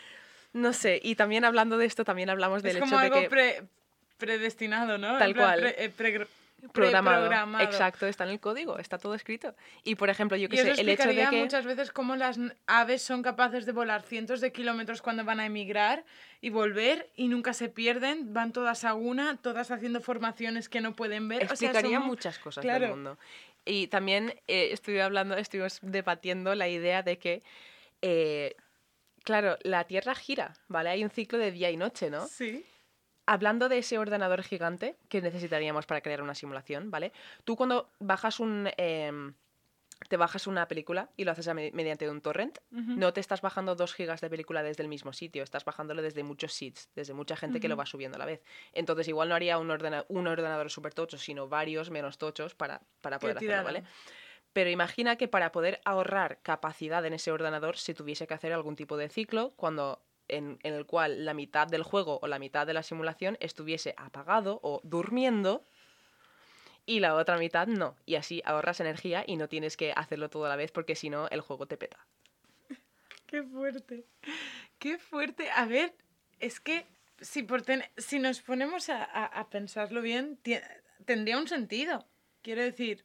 no sé. Y también hablando de esto, también hablamos del Es como hecho algo de que... pre- predestinado, ¿no? Tal En plan, cual. pre- eh, pre- Programado. preprogramado. Exacto, está en el código, está todo escrito. Y por ejemplo, yo Y que eso sé, el hecho de explicaría que... muchas veces cómo las n- aves son capaces de volar cientos de kilómetros cuando van a emigrar y volver y nunca se pierden, van todas a una, todas haciendo formaciones que no pueden ver. O sea, explicaría somos- muchas cosas claro. del mundo. Y también eh, estuve hablando, estuvimos debatiendo la idea de que, eh, claro, la Tierra gira, ¿vale? Hay un ciclo de día y noche, ¿no? Sí. Hablando de ese ordenador gigante que necesitaríamos para crear una simulación, ¿vale? Tú cuando bajas un... em, te bajas una película y lo haces a me- mediante un torrent, Ujú. no te estás bajando dos gigas de película desde el mismo sitio, estás bajándolo desde muchos seeds, desde mucha gente que lo Ujú. va subiendo a la vez. Entonces igual no haría un, ordena- un ordenador súper tocho, sino varios menos tochos para, para Que poder hacerlo, tirada. ¿vale? Pero imagina que para poder ahorrar capacidad en ese ordenador se tuviese que hacer algún tipo de ciclo cuando en, en el cual la mitad del juego o la mitad de la simulación estuviese apagado o durmiendo y la otra mitad no. Y así ahorras energía y no tienes que hacerlo todo a la vez porque si no el juego te peta. Qué fuerte. Qué fuerte. A ver, es que si, por ten- si nos ponemos a, a- a pensarlo bien, tie- tendría un sentido. Quiero decir,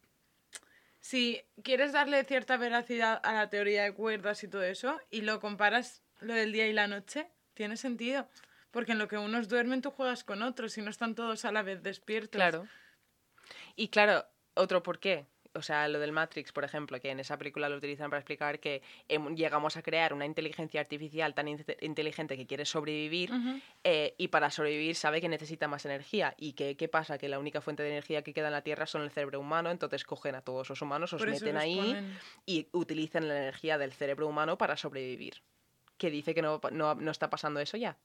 si quieres darle cierta veracidad a la teoría de cuerdas y todo eso, y lo comparas lo del día y la noche, tiene sentido. Porque en lo que unos duermen tú juegas con otros y no están todos a la vez despiertos. Claro. Y claro, otro por qué. O sea, lo del Matrix, por ejemplo, que en esa película lo utilizan para explicar que hem- llegamos a crear una inteligencia artificial tan in- inteligente que quiere sobrevivir Ujú. eh, y para sobrevivir sabe que necesita más energía. ¿Y que, qué pasa? Que la única fuente de energía que queda en la Tierra son el cerebro humano, entonces cogen a todos los humanos, los Por eso meten los ahí ponen- y utilizan la energía del cerebro humano para sobrevivir. Que dice que no, pa- no, no está pasando eso ya.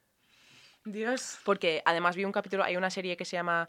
Dios. Porque además vi un capítulo, hay una serie que se llama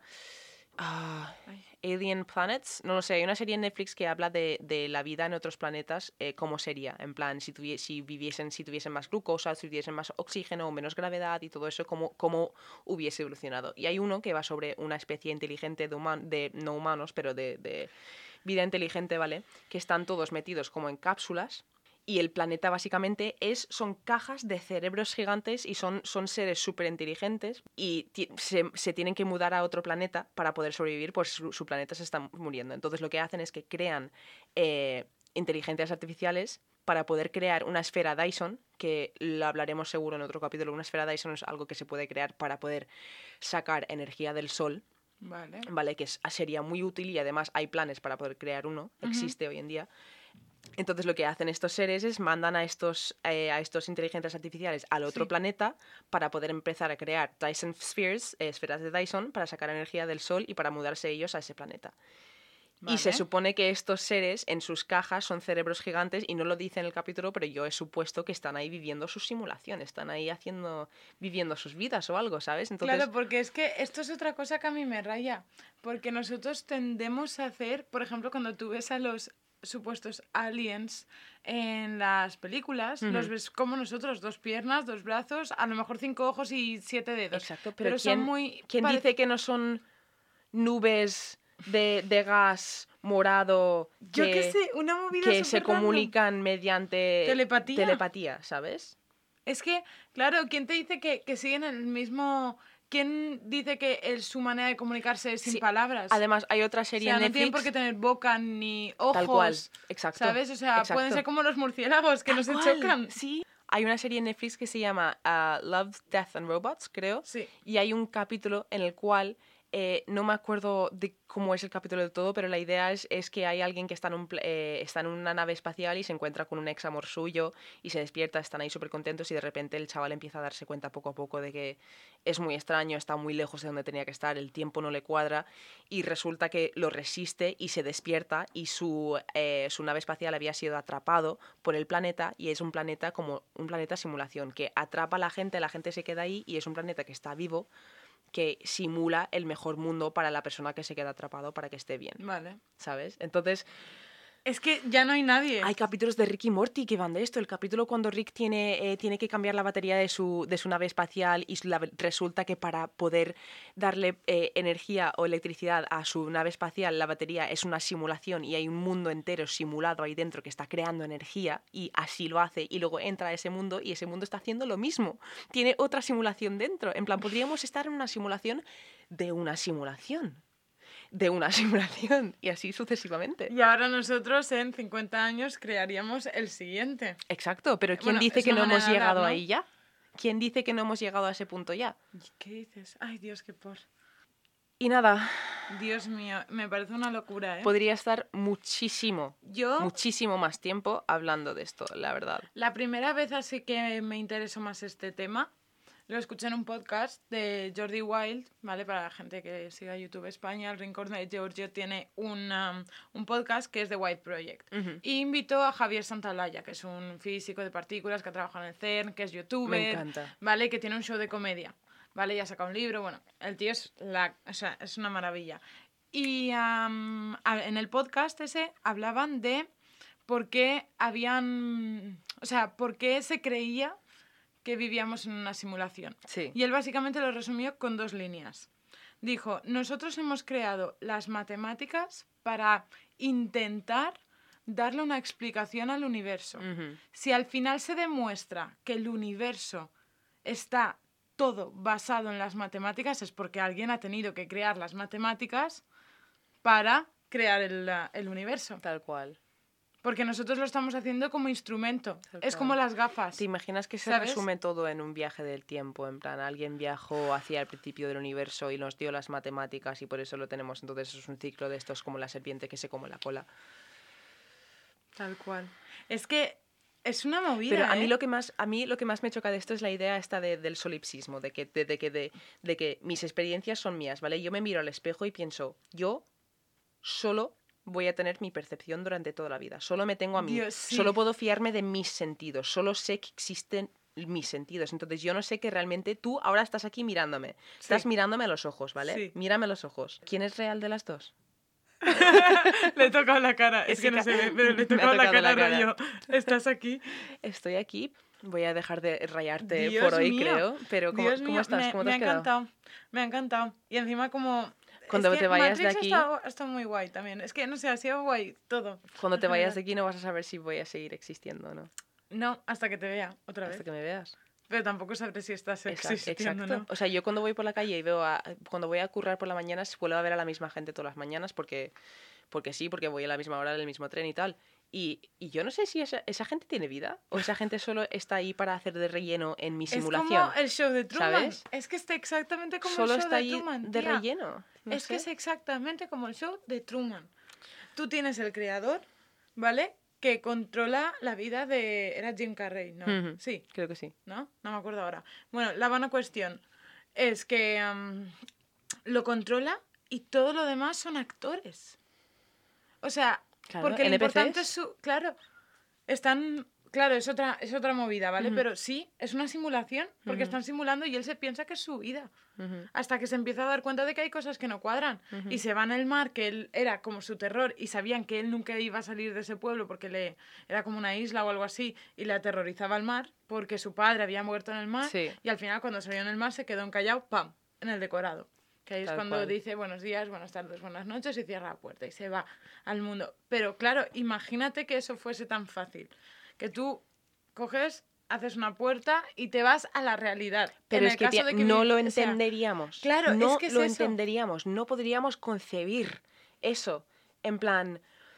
ah, Alien Planets, no lo sé, hay una serie en Netflix que habla de, de la vida en otros planetas, eh, cómo sería, en plan, si, tuvie- si viviesen, si tuviesen más glucosa, si tuviesen más oxígeno o menos gravedad y todo eso, cómo, cómo hubiese evolucionado. Y hay uno que va sobre una especie inteligente de, human- de no humanos, pero de, de vida inteligente, ¿vale? Que están todos metidos como en cápsulas. Y el planeta básicamente es, son cajas de cerebros gigantes y son, son seres súper inteligentes y ti- se, se tienen que mudar a otro planeta para poder sobrevivir, pues su, su planeta se está muriendo. Entonces lo que hacen es que crean eh, inteligencias artificiales para poder crear una esfera Dyson, que lo hablaremos seguro en otro capítulo. Una esfera Dyson es algo que se puede crear para poder sacar energía del sol, Vale. ¿vale? Que es- sería muy útil y además hay planes para poder crear uno, existe hoy en día. Entonces lo que hacen estos seres es mandan a estos, eh, a estos inteligencias artificiales al otro Sí. planeta para poder empezar a crear Dyson Spheres, eh, esferas de Dyson, para sacar energía del Sol y para mudarse ellos a ese planeta. Y se Vale. supone que estos seres en sus cajas son cerebros gigantes y no lo dice en el capítulo, pero yo he supuesto que están ahí viviendo su simulación, están ahí haciendo, viviendo sus vidas o algo, ¿sabes? Entonces, Claro, porque es que esto es otra cosa que a mí me raya. Porque nosotros tendemos a hacer, por ejemplo, cuando tú ves a los supuestos aliens en las películas, los Ujú. ves como nosotros, dos piernas, dos brazos, a lo mejor cinco ojos y siete dedos. exacto, pero, Pero ¿quién, son muy... ¿quién parec- dice que no son nubes de, de gas morado Yo qué que, sé, una movida que se súper random. comunican mediante Telepatía. telepatía, ¿sabes? Es que, claro, ¿quién te dice que, que siguen el mismo... ¿Quién dice que el- su manera de comunicarse es sin Sí, palabras? Además, hay otra O serie sea, en no Netflix. tienen por qué tener boca ni ojos. Tal cual, exacto. ¿Sabes? O sea, exacto. pueden ser como los murciélagos que Tal no se cual, chocan. Sí. Hay una serie en Netflix que se llama ah, Love, Death and Robots, creo. Sí. Y hay un capítulo en el cual eh, no me acuerdo de cómo es el capítulo de todo, pero la idea es, es que hay alguien que está en, un, pla- eh, está en una nave espacial y se encuentra con un ex amor suyo y se despierta, están ahí súper contentos y de repente el chaval empieza a darse cuenta poco a poco de que es muy extraño, está muy lejos de donde tenía que estar, el tiempo no le cuadra y resulta que lo resiste y se despierta y su, eh, su nave espacial había sido atrapado por el planeta y es un planeta como un planeta simulación que atrapa a la gente, la gente se queda ahí y es un planeta que está vivo, que simula el mejor mundo para la persona que se queda atrapado para que esté bien, Vale. ¿sabes? Entonces, Es que ya no hay nadie. hay capítulos de Rick y Morty que van de esto. El capítulo cuando Rick tiene, eh, tiene que cambiar la batería de su, de su nave espacial y la- resulta que para poder darle eh, energía o electricidad a su nave espacial, la batería es una simulación y hay un mundo entero simulado ahí dentro que está creando energía y así lo hace y luego entra a ese mundo y ese mundo está haciendo lo mismo. Tiene otra simulación dentro. En plan, podríamos estar en una simulación de una simulación. De una simulación y así sucesivamente. Y ahora nosotros en cincuenta años crearíamos el siguiente. Exacto, pero ¿quién Bueno, dice es que una no hemos manera de llegado hablar, ¿no? ahí ya? ¿Quién dice que no hemos llegado a ese punto ya? ¿Y ¿Qué dices? Ay, Dios, qué por... Y nada, Dios mío, me parece una locura, ¿eh? podría estar muchísimo, Yo, muchísimo más tiempo hablando de esto, la verdad. la primera vez así que me interesó más este tema, lo escuché en un podcast de Jordi Wild, ¿vale? Para la gente que siga YouTube España, el Rincón de Giorgio tiene un, um, un podcast que es The White Project. Ujú. Y invitó a Javier Santalaya, que es un físico de partículas que ha trabajado en el CERN, que es youtuber, Me encanta. ¿vale? Que tiene un show de comedia, ¿vale? Ya ha sacado un libro, bueno, el tío es, la, o sea, es una maravilla. Y um, a- en el podcast ese hablaban de por qué habían, o sea, por qué se creía que vivíamos en una simulación. Sí. Y él básicamente lo resumió con dos líneas. Dijo, nosotros hemos creado las matemáticas para intentar darle una explicación al universo. Ujú. Si al final se demuestra que el universo está todo basado en las matemáticas, es porque alguien ha tenido que crear las matemáticas para crear el, el universo. Tal cual. Porque nosotros lo estamos haciendo como instrumento. Tal Es cual. como las gafas. ¿Te imaginas que se ¿Sabes? resume todo en un viaje del tiempo? En plan, alguien viajó hacia el principio del universo y nos dio las matemáticas y por eso lo tenemos. Entonces eso es un ciclo de estos como la serpiente que se come la cola. Tal cual. Es que es una movida, Pero a mí ¿eh? lo que más a mí lo que más me choca de esto es la idea esta de- del solipsismo, de que de, de que de, de que mis experiencias son mías, ¿vale? Yo me miro al espejo y pienso, yo solo voy a tener mi percepción durante toda la vida. Solo me tengo a mí. Dios, sí. Solo puedo fiarme de mis sentidos. Solo sé que existen mis sentidos. Entonces yo no sé que realmente tú ahora estás aquí mirándome. Estás Sí. mirándome a los ojos, ¿vale? Sí. Mírame a los ojos. ¿Quién es real de las dos? Le he tocado la cara. Es que no Jessica, se ve, pero le he me ha tocado la tocado la cara, cara. rollo. ¿Estás aquí? Estoy aquí. Voy a dejar de rayarte Dios por hoy, mío. creo. Pero ¿cómo, Dios cómo mío, estás? Me, ¿Cómo te me has ha quedado? encantado. Me ha encantado. Y encima como... Cuando es que te vayas de Matrix aquí- Ha estado, ha estado muy guay también. Es que, no sé, ha sido guay todo. Cuando en te vayas general. de aquí no vas a saber si voy a seguir existiendo o no. No, hasta que te vea otra vez. Hasta que me veas. Pero tampoco sabré si estás Exacto, existiendo, exacto. ¿no? O sea, yo cuando voy por la calle y veo a... Cuando voy a currar por la mañana suelo ver a la misma gente todas las mañanas porque, porque sí, porque voy a la misma hora del mismo tren y tal. Y, y yo no sé si esa, esa gente tiene vida o esa gente solo está ahí para hacer de relleno en mi simulación. Es como el show de Truman. ¿sabes? Es que está exactamente como Solo el show está de ahí Truman, de tía. relleno. No Es que sé. es exactamente como el show de Truman. Tú tienes el creador, ¿vale? Que controla la vida de... Era Jim Carrey, ¿no? Ujú. Sí, Creo que sí. ¿no? No me acuerdo ahora. Bueno, la buena cuestión es que am, lo controla y todo lo demás son actores. O sea, Claro, porque lo N P Cs. importante es su... Claro, están... Claro, es otra, es otra movida, ¿vale? Ujú. Pero sí, es una simulación, porque Ujú. están simulando y él se piensa que es su vida. Ujú. Hasta que se empieza a dar cuenta de que hay cosas que no cuadran. Ujú. Y se va en el mar, que él era como su terror, y sabían que él nunca iba a salir de ese pueblo porque le era como una isla o algo así, y le aterrorizaba el mar, porque su padre había muerto en el mar. Sí. Y al final, cuando salió en el mar, se quedó encallado, ¡pam!, en el decorado. Que ahí es Tal cuando cual. dice buenos días, buenas tardes, buenas noches, y cierra la puerta y se va al mundo. Pero claro, imagínate que eso fuese tan fácil. Que tú coges, haces una puerta y te vas a la realidad. Pero En es el que, caso tía, de que no vi- lo o sea, entenderíamos. claro, no es que es lo eso. entenderíamos. No podríamos concebir eso. En plan,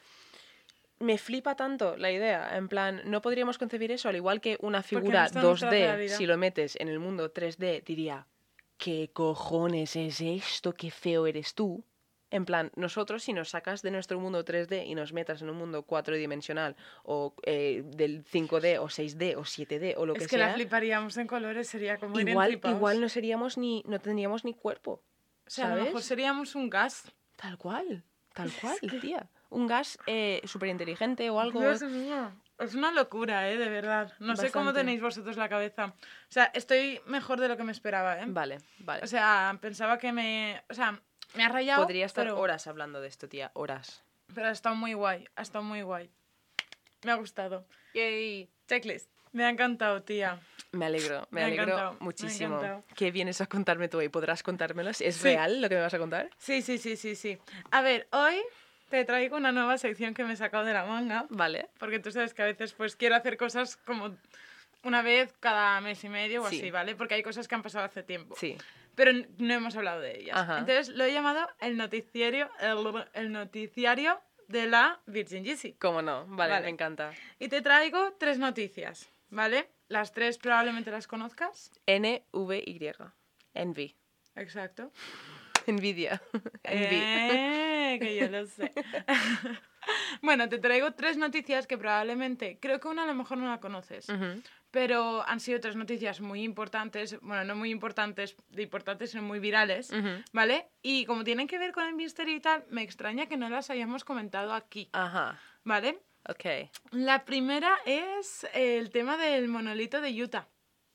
me flipa tanto la idea. En plan, no podríamos concebir eso. Al igual que una no figura está en nuestra dos D, realidad. si lo metes en el mundo tres D, diría, ¿qué cojones es esto? ¿Qué feo eres tú? En plan, nosotros si nos sacas de nuestro mundo tres D y nos metas en un mundo cuatridimensional o eh, del cinco D o seis D o siete D o lo es que, que sea, la fliparíamos en colores, sería como ir igual, entripaos. igual no seríamos ni, no tendríamos ni cuerpo. O sea, a lo ¿sabes? mejor seríamos un gas. Tal cual, tal cual, tía. Un gas eh, súper inteligente o algo. Dios mío. Es una locura, ¿eh? De verdad. No sé cómo Bastante. tenéis vosotros la cabeza. O sea, estoy mejor de lo que me esperaba, ¿eh? Vale, vale. O sea, pensaba que me... O sea, me ha rayado, Podría estar pero... horas hablando de esto, tía, horas. Pero ha estado muy guay, ha estado muy guay. Me ha gustado. Yay. Checklist. Me ha encantado, tía. Me alegro, me, Me ha alegro encantado, me ha muchísimo. encantado. ¿Qué vienes a contarme tú hoy? ¿Podrás contármelo? ¿Es Sí. real lo que me vas a contar? Sí, sí, sí, sí, sí. A ver, hoy te traigo una nueva sección que me he sacado de la manga. Vale. Porque tú sabes que a veces pues quiero hacer cosas como una vez cada mes y medio o Sí. así, ¿vale? Porque hay cosas que han pasado hace tiempo. Sí. Pero n- no hemos hablado de ellas. Ajá. Entonces lo he llamado el noticiario, el, el noticiario de la Virgin Yeezy. ¿Cómo no? Vale, Vale. me encanta. Y te traigo tres noticias, ¿vale? Las tres probablemente las conozcas. N V Y. Envy. Exacto. Envidia. Envy. Eh, que yo lo sé. Bueno, te traigo tres noticias que probablemente, creo que una a lo mejor no la conoces, Ujú. pero han sido tres noticias muy importantes, bueno, no muy importantes, de importantes, sino muy virales, Ujú. ¿vale? Y como tienen que ver con el misterio y tal, me extraña que no las hayamos comentado aquí, Ajá. ¿vale? Ok. La primera es el tema del monolito de Utah.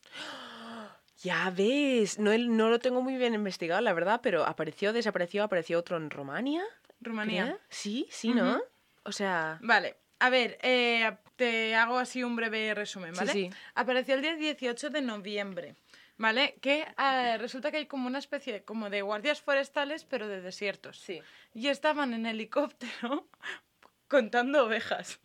Ya ves, no, el- no lo tengo muy bien investigado, la verdad, pero apareció, desapareció, apareció otro en Rumania. Rumanía. ¿Creo? Sí, sí, ¿no? Ujú. O sea, Vale, a ver, eh, te hago así un breve resumen, Sí, ¿vale? sí. Apareció el día dieciocho de noviembre, ¿vale? Que eh, resulta que hay como una especie de- como de guardias forestales, pero de desiertos. sí. Y estaban en helicóptero contando ovejas.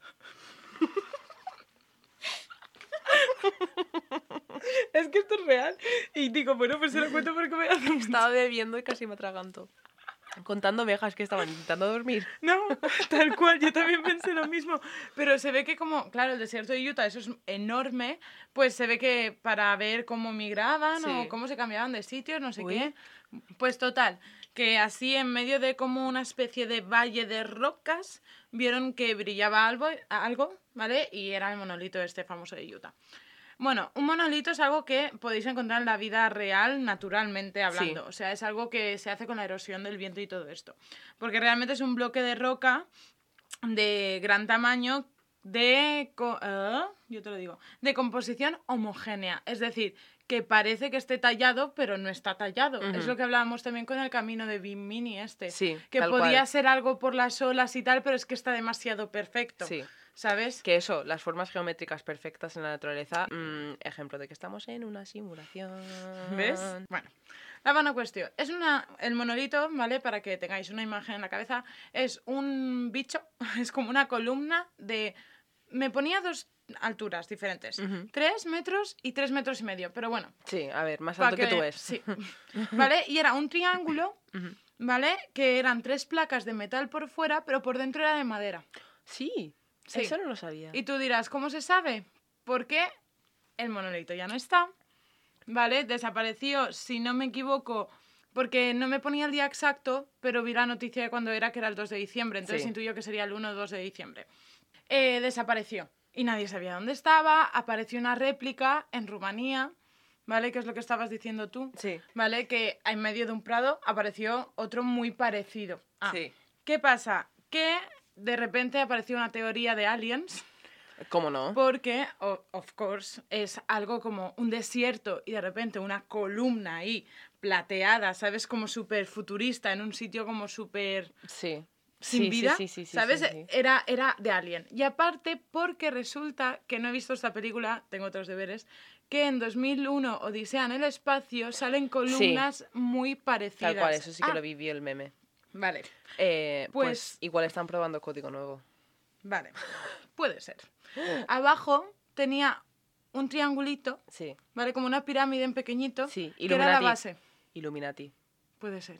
Es que esto es real. Y digo, bueno, pues se lo cuento porque me hace mucha Estaba bebiendo y casi me atraganto. Contando ovejas que estaban intentando dormir. No, tal cual, yo también pensé lo mismo. Pero se ve que como, claro, el desierto de Utah, eso es enorme, pues se ve que para ver cómo migraban Sí. o cómo se cambiaban de sitios, no sé Uy. qué. Pues total, que así en medio de como una especie de valle de rocas, vieron que brillaba algo, algo, ¿vale? Y era el monolito este famoso de Utah. Bueno, un monolito es algo que podéis encontrar en la vida real naturalmente hablando. Sí. O sea, es algo que se hace con la erosión del viento y todo esto. Porque realmente es un bloque de roca de gran tamaño de... co- ¿eh? Yo te lo digo. De composición homogénea. Es decir, que parece que esté tallado, pero no está tallado. Ujú. Es lo que hablábamos también con el camino de Bimini este. Sí, Que tal podía cual. ser algo por las olas y tal, pero es que está demasiado perfecto. Sí. ¿Sabes? Que eso, las formas geométricas perfectas en la naturaleza, mm, ejemplo de que estamos en una simulación. ¿Ves? Bueno, la buena cuestión. Es una. El monolito, ¿vale? Para que tengáis una imagen en la cabeza, es un bicho, es como una columna de. Me ponía dos alturas diferentes: Ujú. tres metros y tres metros y medio. Pero bueno, Sí, a ver, más pa' alto que tú es. Sí. ¿Vale? Y era un triángulo, Ujú. ¿vale? Que eran tres placas de metal por fuera, pero por dentro era de madera. Sí, Sí. eso no lo sabía. Y tú dirás, ¿cómo se sabe? Porque el monolito ya no está, ¿vale? Desapareció, si no me equivoco, porque no me ponía el día exacto, pero vi la noticia de cuando era, que era el dos de diciembre, entonces Sí. intuyo que sería el uno o dos de diciembre. Eh, desapareció y nadie sabía dónde estaba, apareció una réplica en Rumanía, ¿vale? Que es lo que estabas diciendo tú, Sí. ¿vale? Que en medio de un prado apareció otro muy parecido. Ah, Sí. ¿qué pasa? Que de repente apareció una teoría de aliens. ¿Cómo no? Porque, o- of course, es algo como un desierto y de repente una columna ahí plateada, ¿sabes? Como súper futurista, en un sitio como súper Sí. sin Sí, sí, vida, sí, sí, sí, ¿sabes? sí, sí. Era, era de Alien. Y aparte, porque resulta que no he visto esta película, tengo otros deberes, que en dos mil uno, Odisea en el espacio, salen columnas muy parecidas. Tal cual, eso sí que Ah, lo vi, vi el meme. Vale, Eh, pues... Pues- igual están probando código nuevo. vale. Puede ser. Abajo tenía un triangulito, Sí, ¿vale? Como una pirámide en pequeñito, sí. que era la Illuminati. base. Illuminati. Puede ser.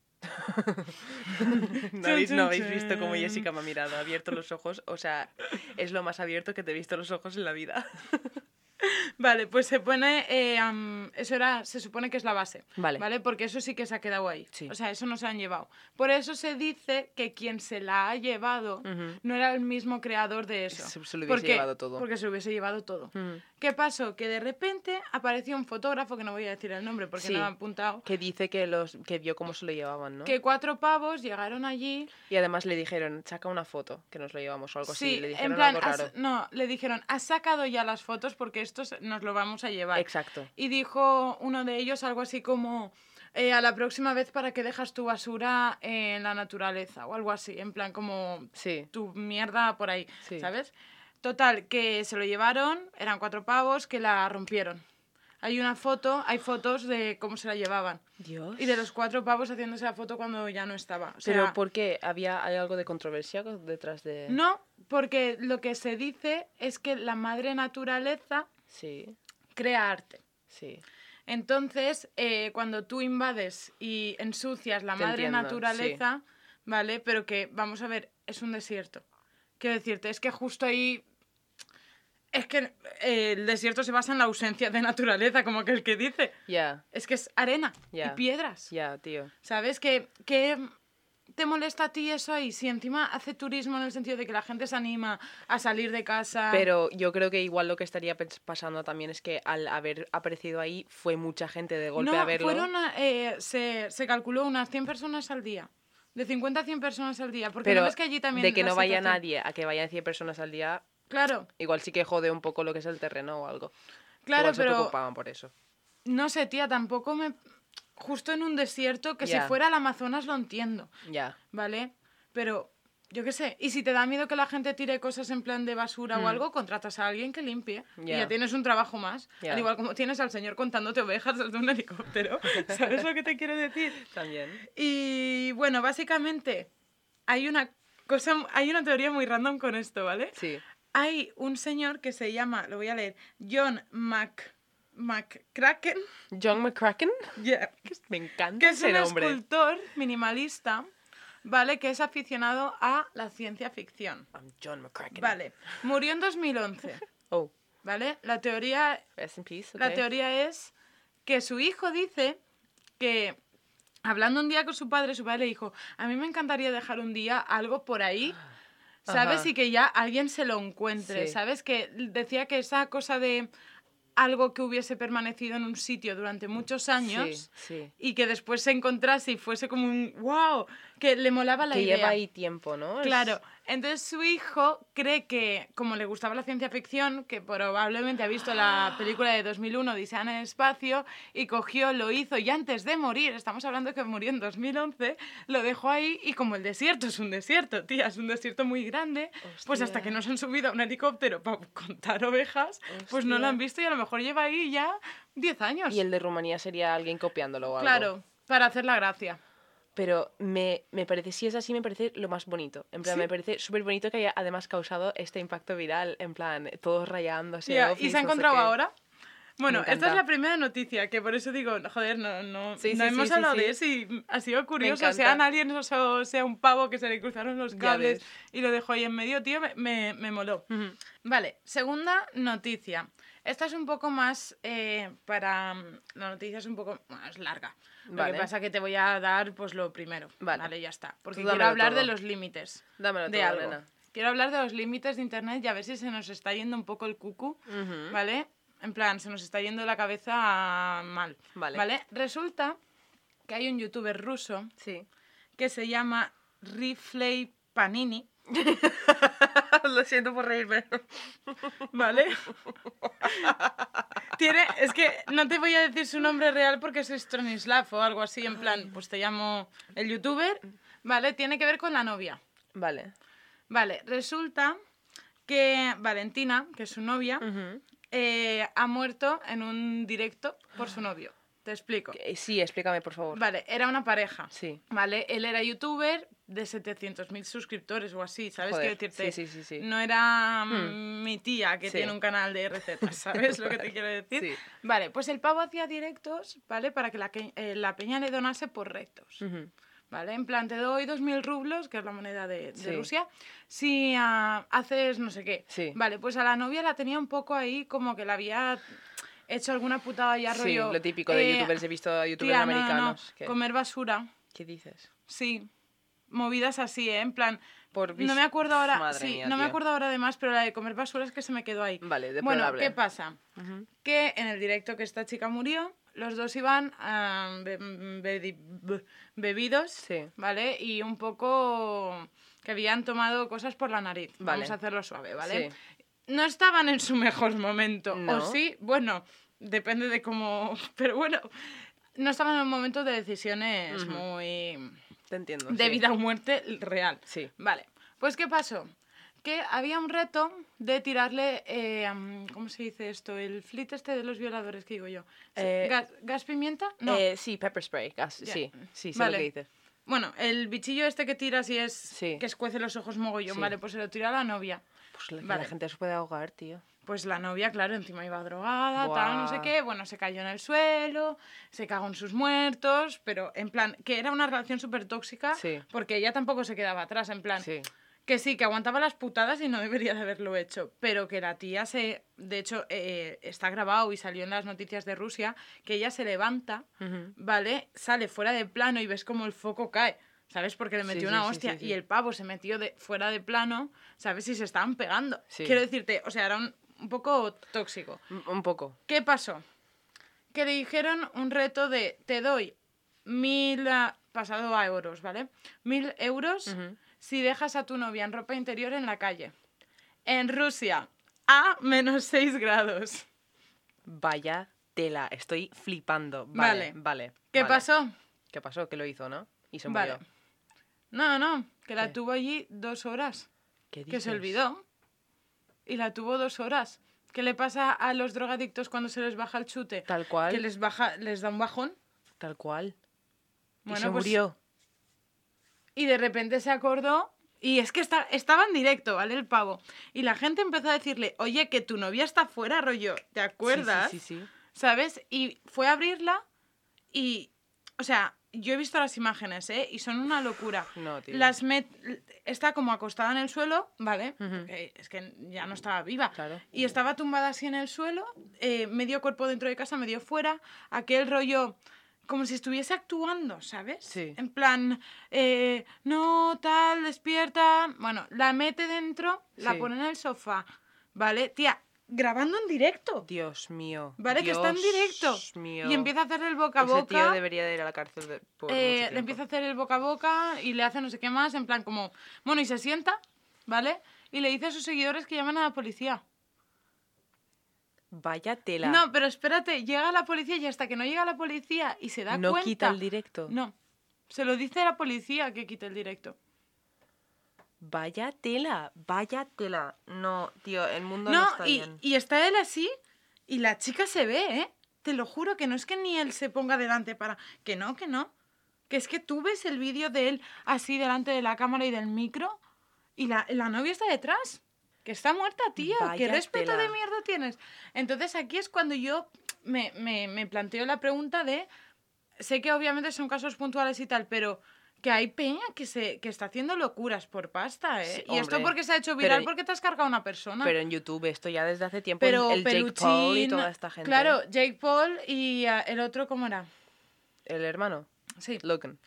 ¿No habéis, Chun, no chun, habéis visto cómo chun. Jessica me ha mirado? Ha abierto los ojos. O sea, es lo más abierto que te he visto los ojos en la vida. Vale, pues se pone, eh, am, eso era, se supone que es la base, Vale. ¿vale? Porque eso sí que se ha quedado ahí, Sí. o sea, eso no se han llevado. Por eso se dice que quien se la ha llevado Ujú. no era el mismo creador de eso. Se- se lo hubiese ¿Por qué? llevado todo. Porque se lo hubiese llevado todo. Ujú. ¿Qué pasó? Que de repente apareció un fotógrafo, que no voy a decir el nombre porque Sí. no lo ha apuntado, Que dice que los que vio cómo se lo llevaban, ¿no? que cuatro pavos llegaron allí. Y además le dijeron, saca una foto, que nos lo llevamos o algo Sí, así. Le dijeron en plan, algo has- raro. no, le dijeron, has sacado ya las fotos porque estos nos lo vamos a llevar. Exacto. Y dijo uno de ellos algo así como, eh, a la próxima vez para que dejas tu basura en la naturaleza o algo así, en plan como Sí. tu mierda por ahí, Sí. ¿sabes? Total, que se lo llevaron, eran cuatro pavos, que la rompieron. Hay una foto, hay fotos de cómo se la llevaban. Dios. Y de los cuatro pavos haciéndose la foto cuando ya no estaba. O sea, Pero ¿por qué? ¿Había hay algo de controversia detrás de...? no, porque lo que se dice es que la madre naturaleza Sí, crea arte. sí. Entonces, eh, cuando tú invades y ensucias la Te madre entiendo, naturaleza, ¿vale? Pero que, vamos a ver, es un desierto. Quiero decirte, es que justo ahí... Es que eh, el desierto se basa en la ausencia de naturaleza, como que el que dice. Ya, Es que es arena Ya. y piedras. ya, tío. ¿Sabes? Que, que te molesta a ti eso ahí. Si encima hace turismo en el sentido de que la gente se anima a salir de casa... Pero yo creo que igual lo que estaría pens- pasando también es que al haber aparecido ahí fue mucha gente de golpe no, a verlo. fueron, eh, se, se calculó unas cien personas al día. De cincuenta a cien personas al día. Porque Pero no ves que allí también... de que la no vaya situación- nadie a que vayan cien personas al día, Claro, igual sí que jode un poco lo que es el terreno o algo. claro, igual se pero... preocupaban por eso. No sé, tía, tampoco me... Justo en un desierto, que Ya. si fuera el Amazonas lo entiendo, Ya. ¿vale? Pero, yo qué sé, y si te da miedo que la gente tire cosas en plan de basura o Mm. algo, contratas a alguien que limpie. Y Ya. ya tienes un trabajo más. Ya. Al igual como tienes al señor contándote ovejas desde un helicóptero. ¿Sabes lo que te quiero decir? También. Y bueno, básicamente hay una cosa, hay una teoría muy random con esto, ¿vale? Sí. Hay un señor que se llama, lo voy a leer, John Mc, McCracken, John McCracken. yeah, Me encanta que es ese un nombre. escultor minimalista, ¿vale? Que es aficionado a la ciencia ficción. I'm John McCracken. Vale, murió en dos mil once, Oh, ¿vale? La teoría, rest in peace. la ok. teoría es que su hijo dice que, hablando un día con su padre, su padre le dijo, a mí me encantaría dejar un día algo por ahí, ¿sabes? Ajá. Y que ya alguien se lo encuentre, Sí. ¿sabes? Que decía que esa cosa de algo que hubiese permanecido en un sitio durante muchos años Sí, sí. y que después se encontrase y fuese como un wow, que le molaba la Que idea. lleva ahí tiempo, ¿no? Es- Claro, entonces su hijo cree que, como le gustaba la ciencia ficción, que probablemente ha visto la película de dos mil uno, Odisea en el espacio, y cogió, lo hizo, y antes de morir, estamos hablando de que murió en dos mil once, lo dejó ahí, y como el desierto es un desierto, tía, es un desierto muy grande, pues hasta Hostia. que no se han subido a un helicóptero para contar ovejas, pues no lo Hostia. han visto, y a lo mejor lleva ahí ya diez años. Y el de Rumanía sería alguien copiándolo o algo. Claro, para hacer la gracia. Pero me, me parece, si es así, me parece lo más bonito. En plan, Sí. me parece súper bonito que haya además causado este impacto viral. En plan, todos rayándose. Tía, office, ¿y se ha no sé encontrado qué. ahora? Bueno, esta encanta. es la primera noticia, que por eso digo, joder, no, no, Sí, no sí, hemos sí, sí, hablado sí. de eso y ha sido curioso, encanta. sean aliens o sea un pavo que se le cruzaron los Ya cables ves. y lo dejó ahí en medio, tío, me, me, me moló. Ujú. Vale, segunda noticia. Esta es un poco más eh, para... La noticia es un poco más larga. Lo Vale. que pasa que te voy a dar pues lo primero. Vale. Vale, ya está. Porque Tú quiero dámelo hablar de todo. los límites Dámelo de todo, algo. nena. Quiero hablar de los límites de internet y a ver si se nos está yendo un poco el cucu, Ujú. ¿vale? En plan, se nos está yendo la cabeza mal. Vale. Resulta que hay un youtuber ruso Sí. que se llama Rifley Panini, Lo siento por reírme. ¿vale? Tiene, es que no te voy a decir su nombre real porque es Stronislav o algo así, en plan, pues te llamo el youtuber, ¿vale? Tiene que ver con la novia. Vale. Vale, resulta que Valentina, que es su novia, Ujú. eh, ha muerto en un directo por su novio. Te explico. Eh, Sí, explícame, por favor. Vale, era una pareja. Sí. Vale, él era youtuber de setecientos mil suscriptores o así, ¿sabes? Joder, Quiero decirte, sí, sí, sí, sí. no era mm, Hmm. mi tía que Sí. tiene un canal de recetas, ¿sabes lo que te quiero decir? Sí. Vale, pues el pavo hacía directos, ¿vale? Para que la, que- eh, la peña le donase por rectos. Ujú. ¿Vale? En plan, te doy dos mil rublos, que es la moneda de, de Sí. Rusia, si ah, haces no sé qué. Sí. Vale, pues a la novia la tenía un poco ahí como que la había hecho alguna putada ya Sí, rollo... lo típico de eh, youtubers. He visto a youtubers tía, no, no, no, americanos. que- comer basura, ¿Qué dices? sí. Movidas así, ¿eh? En plan... Por No vis- me acuerdo ahora... Madre sí, mía, no me tío. acuerdo ahora de más, pero la de comer basura es que se me quedó ahí. Vale, Bueno, deplorable. ¿qué pasa? Ujú. Que en el directo que esta chica murió, los dos iban ah, be- be- be- bebidos, Sí. ¿vale? Y un poco que habían tomado cosas por la nariz. Vale. Vamos a hacerlo suave, ¿vale? Sí. No estaban en su mejor momento. No. ¿O sí? Bueno, depende de cómo... Pero bueno, no estaban en un momento de decisiones Ujú. muy... Te entiendo. de sí. vida o muerte real. Sí. Vale, pues ¿qué pasó? Que había un reto de tirarle, eh, am, ¿cómo se dice esto? El flit este de los violadores, ¿qué digo yo? Sí, Eh, ¿Gas, gas pimienta? No. Eh, sí, pepper spray. gas- Ya. Sí, sí, sé Vale. lo que dices. Bueno, el bichillo este que tiras y es Sí. que escuece los ojos mogollón, Sí. vale, pues se lo tiró a la novia. Pues la, Vale. la gente se puede ahogar, tío. Pues la novia, claro, encima iba drogada, tal, no sé Buah. qué. Bueno, se cayó en el suelo, se cagó en sus muertos, pero en plan, que era una relación súper tóxica, Sí. porque ella tampoco se quedaba atrás, en plan, Sí. que sí, que aguantaba las putadas y no debería de haberlo hecho, pero que la tía se... De hecho, eh, está grabado y salió en las noticias de Rusia, que ella se levanta, Ujú. ¿vale? Sale fuera de plano y ves como el foco cae, ¿sabes? Porque le Sí, metió sí, una sí, hostia sí, sí. y el pavo se metió de, fuera de plano, ¿sabes? Y se estaban pegando. Sí. Quiero decirte, o sea, era un, un poco tóxico. Un- Un poco. ¿Qué pasó? Que le dijeron un reto de te doy mil, ah, pasado a euros, ¿vale? Mil euros Ujú. si dejas a tu novia en ropa interior en la calle. En Rusia, a menos seis grados. Vaya tela. Estoy flipando. Vale. Vale, vale. ¿Qué vale. pasó? ¿Qué pasó? Que lo hizo, ¿no? Y se Vale. murió. No, no, que la ¿Qué? tuvo allí dos horas. ¿Qué Que se dices? olvidó. Y la tuvo dos horas. ¿Qué le pasa a los drogadictos cuando se les baja el chute? Tal cual. Que les baja, les da un bajón. Tal cual. y Bueno, se pues- murió. Y de repente se acordó. Y es que está, estaba en directo, ¿vale? El pavo. Y la gente empezó a decirle, oye, que tu novia está fuera, rollo. ¿Te acuerdas? Sí, sí, sí, sí. ¿sabes? Y fue a abrirla y, o sea, yo he visto las imágenes, ¿eh? Y son una locura. No, tío. Las met... Está como acostada en el suelo, ¿vale? Ujú. Porque es que ya no estaba viva. Claro. Y estaba tumbada así en el suelo, eh, medio cuerpo dentro de casa, medio fuera. Aquel rollo como si estuviese actuando, ¿sabes? Sí. En plan, eh, no, tal, despierta. Bueno, la mete dentro, la Sí. pone en el sofá, ¿vale? Tía, grabando en directo. Dios mío. ¿Vale? Que está en directo. Dios mío. Y empieza a hacer el boca a Ese boca. tío debería de ir a la cárcel de- por mucho Eh, tiempo. le empieza a hacer el boca a boca y le hace no sé qué más, en plan como... Bueno, y se sienta, ¿vale? Y le dice a sus seguidores que llamen a la policía. Vaya tela. No, pero espérate, llega la policía y hasta que no llega la policía y se da No cuenta... quita el directo. No, se lo dice a la policía que quite el directo. Vaya tela, vaya tela. No, tío, el mundo no, No, está y, bien. y está él así y la chica se ve, ¿eh? Te lo juro que no es que ni él se ponga delante para... Que no, que no. Que es que tú ves el vídeo de él así delante de la cámara y del micro y la, la novia está detrás. Que está muerta, tía. ¿Qué Vaya respeto tela. de mierda tienes? Entonces aquí es cuando yo me, me, me planteo la pregunta de... Sé que obviamente son casos puntuales y tal, pero que hay peña que se que está haciendo locuras por pasta, ¿eh? Sí, y esto hombre, porque se ha hecho viral pero- porque te has cargado a una persona. Pero en YouTube esto ya desde hace tiempo. Pero el Jake Paul y Peluchín, toda esta gente. Claro, Jake Paul y ah, el otro, ¿cómo era? El hermano. Sí. Logan.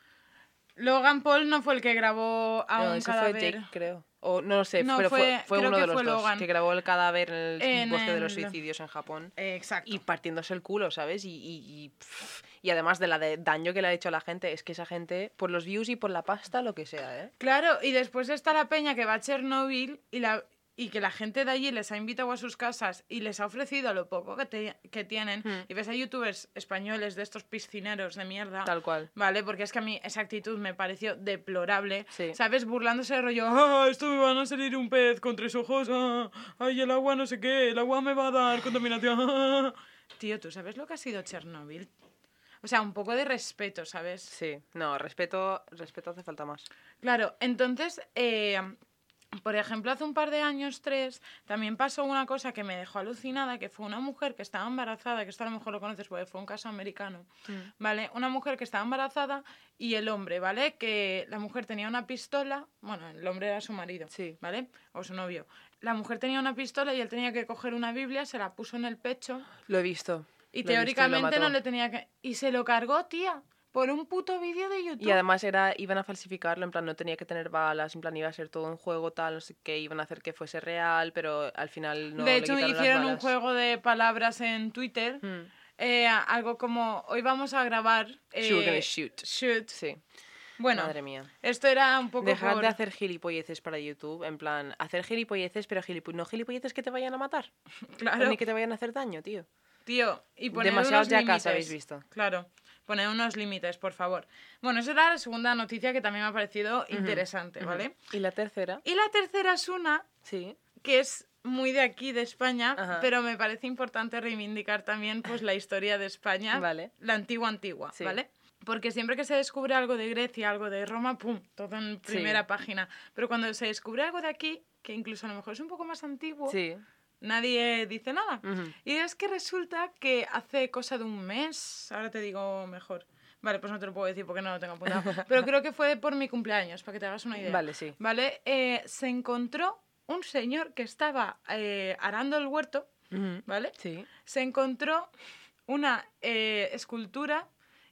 Logan Paul no fue el que grabó a No, un ese cadáver. fue Jake, creo. O no lo sé, No, pero fue, fue- fue creo uno que de los fue dos Logan. que grabó el cadáver en el En bosque de los el- suicidios en Japón. Eh, exacto. Y partiéndose el culo, ¿sabes? Y, y, y, pff, y además de la de daño que le ha hecho a la gente, es que esa gente, por los views y por la pasta, lo que sea, ¿eh? Claro, y después está la peña que va a Chernobyl y, la, y que la gente de allí les ha invitado a sus casas y les ha ofrecido lo poco que, te- que tienen. Hmm. Y ves a youtubers españoles de estos piscineros de mierda. Tal cual. Vale, porque es que a mí esa actitud me pareció deplorable. Sí. ¿Sabes? Burlándose de rollo, ah, esto me van a salir un pez con tres ojos, ah, ay, el agua no sé qué, el agua me va a dar contaminación. ah". Tío, ¿tú sabes lo que ha sido Chernobyl? O sea, un poco de respeto, ¿sabes? Sí. No, respeto, respeto hace falta más. Claro, entonces, eh, por ejemplo, hace un par de años, tres, también pasó una cosa que me dejó alucinada, que fue una mujer que estaba embarazada, que esto a lo mejor lo conoces porque fue un caso americano, Mm. ¿vale? Una mujer que estaba embarazada y el hombre, ¿vale? Que la mujer tenía una pistola, bueno, el hombre era su marido, Sí. ¿vale? O su novio. La mujer tenía una pistola y él tenía que coger una Biblia, se la puso en el pecho Lo he visto. y Lo he visto y lo teóricamente no mató. le tenía que... Y se lo cargó, tía, por un puto vídeo de YouTube. Y además era, iban a falsificarlo, en plan, no tenía que tener balas, en plan, iba a ser todo un juego tal, no sé qué, iban a hacer que fuese real, pero al final no de le hecho, quitaron las hicieron un balas. juego de palabras en Twitter. Mm. eh, algo como, hoy vamos a grabar... She was gonna eh, shoot. shoot. Sí, Bueno, madre mía. esto era un poco Dejad por... de hacer gilipolleces para YouTube, en plan, hacer gilipolleces, pero gilipo- no gilipolleces que te vayan a matar, Claro, ni que te vayan a hacer daño, tío. tío, y poner Demasiados unos Jackass límites. habéis visto. Claro, poner unos límites, por favor. Bueno, esa era la segunda noticia que también me ha parecido interesante, Ujú. ¿vale? Y la tercera, Y la tercera es una sí, que es muy de aquí, de España, Ajá. pero me parece importante reivindicar también pues, la historia de España, Vale. la antigua antigua, Sí. ¿vale? Porque siempre que se descubre algo de Grecia, algo de Roma, ¡pum!, todo en primera página. Pero cuando se descubre algo de aquí, que incluso a lo mejor es un poco más antiguo, sí. nadie dice nada. Ujú. Y es que resulta que hace cosa de un mes, ahora te digo mejor. Vale, pues no te lo puedo decir porque no lo tengo apuntado. Pero creo que fue por mi cumpleaños, para que te hagas una idea. Vale, sí. ¿Vale? Eh, se encontró un señor que estaba eh, arando el huerto, Ujú. ¿vale? Sí. Se encontró una eh, escultura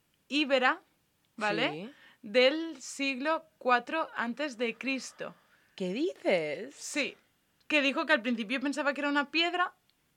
íbera, ¿vale? Sí. Del siglo cuatro antes de Cristo. ¿Qué dices? Sí, que dijo que al principio pensaba que era una piedra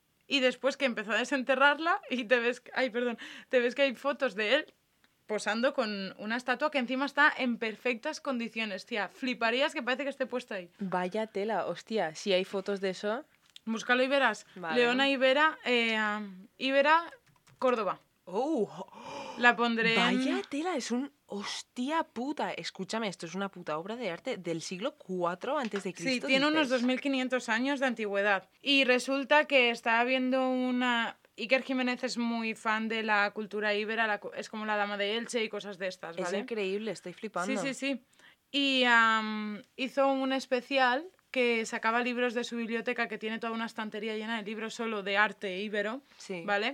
y después que empezó a desenterrarla y te ves, ay, perdón, te ves que hay fotos de él posando con una estatua que encima está en perfectas condiciones, tía. Fliparías que parece que esté puesta ahí. Vaya tela, hostia, si hay fotos de eso. Búscalo y verás. Vale. Leona Ibera, eh, Ibera, Córdoba. ¡Oh! La pondré en- Vaya tela, es un hostia puta. Escúchame, esto es una puta obra de arte del siglo cuatro antes de Sí, Cristo. tiene unos dices. dos mil quinientos años de antigüedad. Y resulta que está habiendo una... Iker Jiménez es muy fan de la cultura íbera, la cu- es como la dama de Elche y cosas de estas, Es ¿vale? increíble, estoy flipando. Sí, sí, sí. Y am, hizo un especial que sacaba libros de su biblioteca, que tiene toda una estantería llena de libros solo de arte íbero, Sí. ¿vale?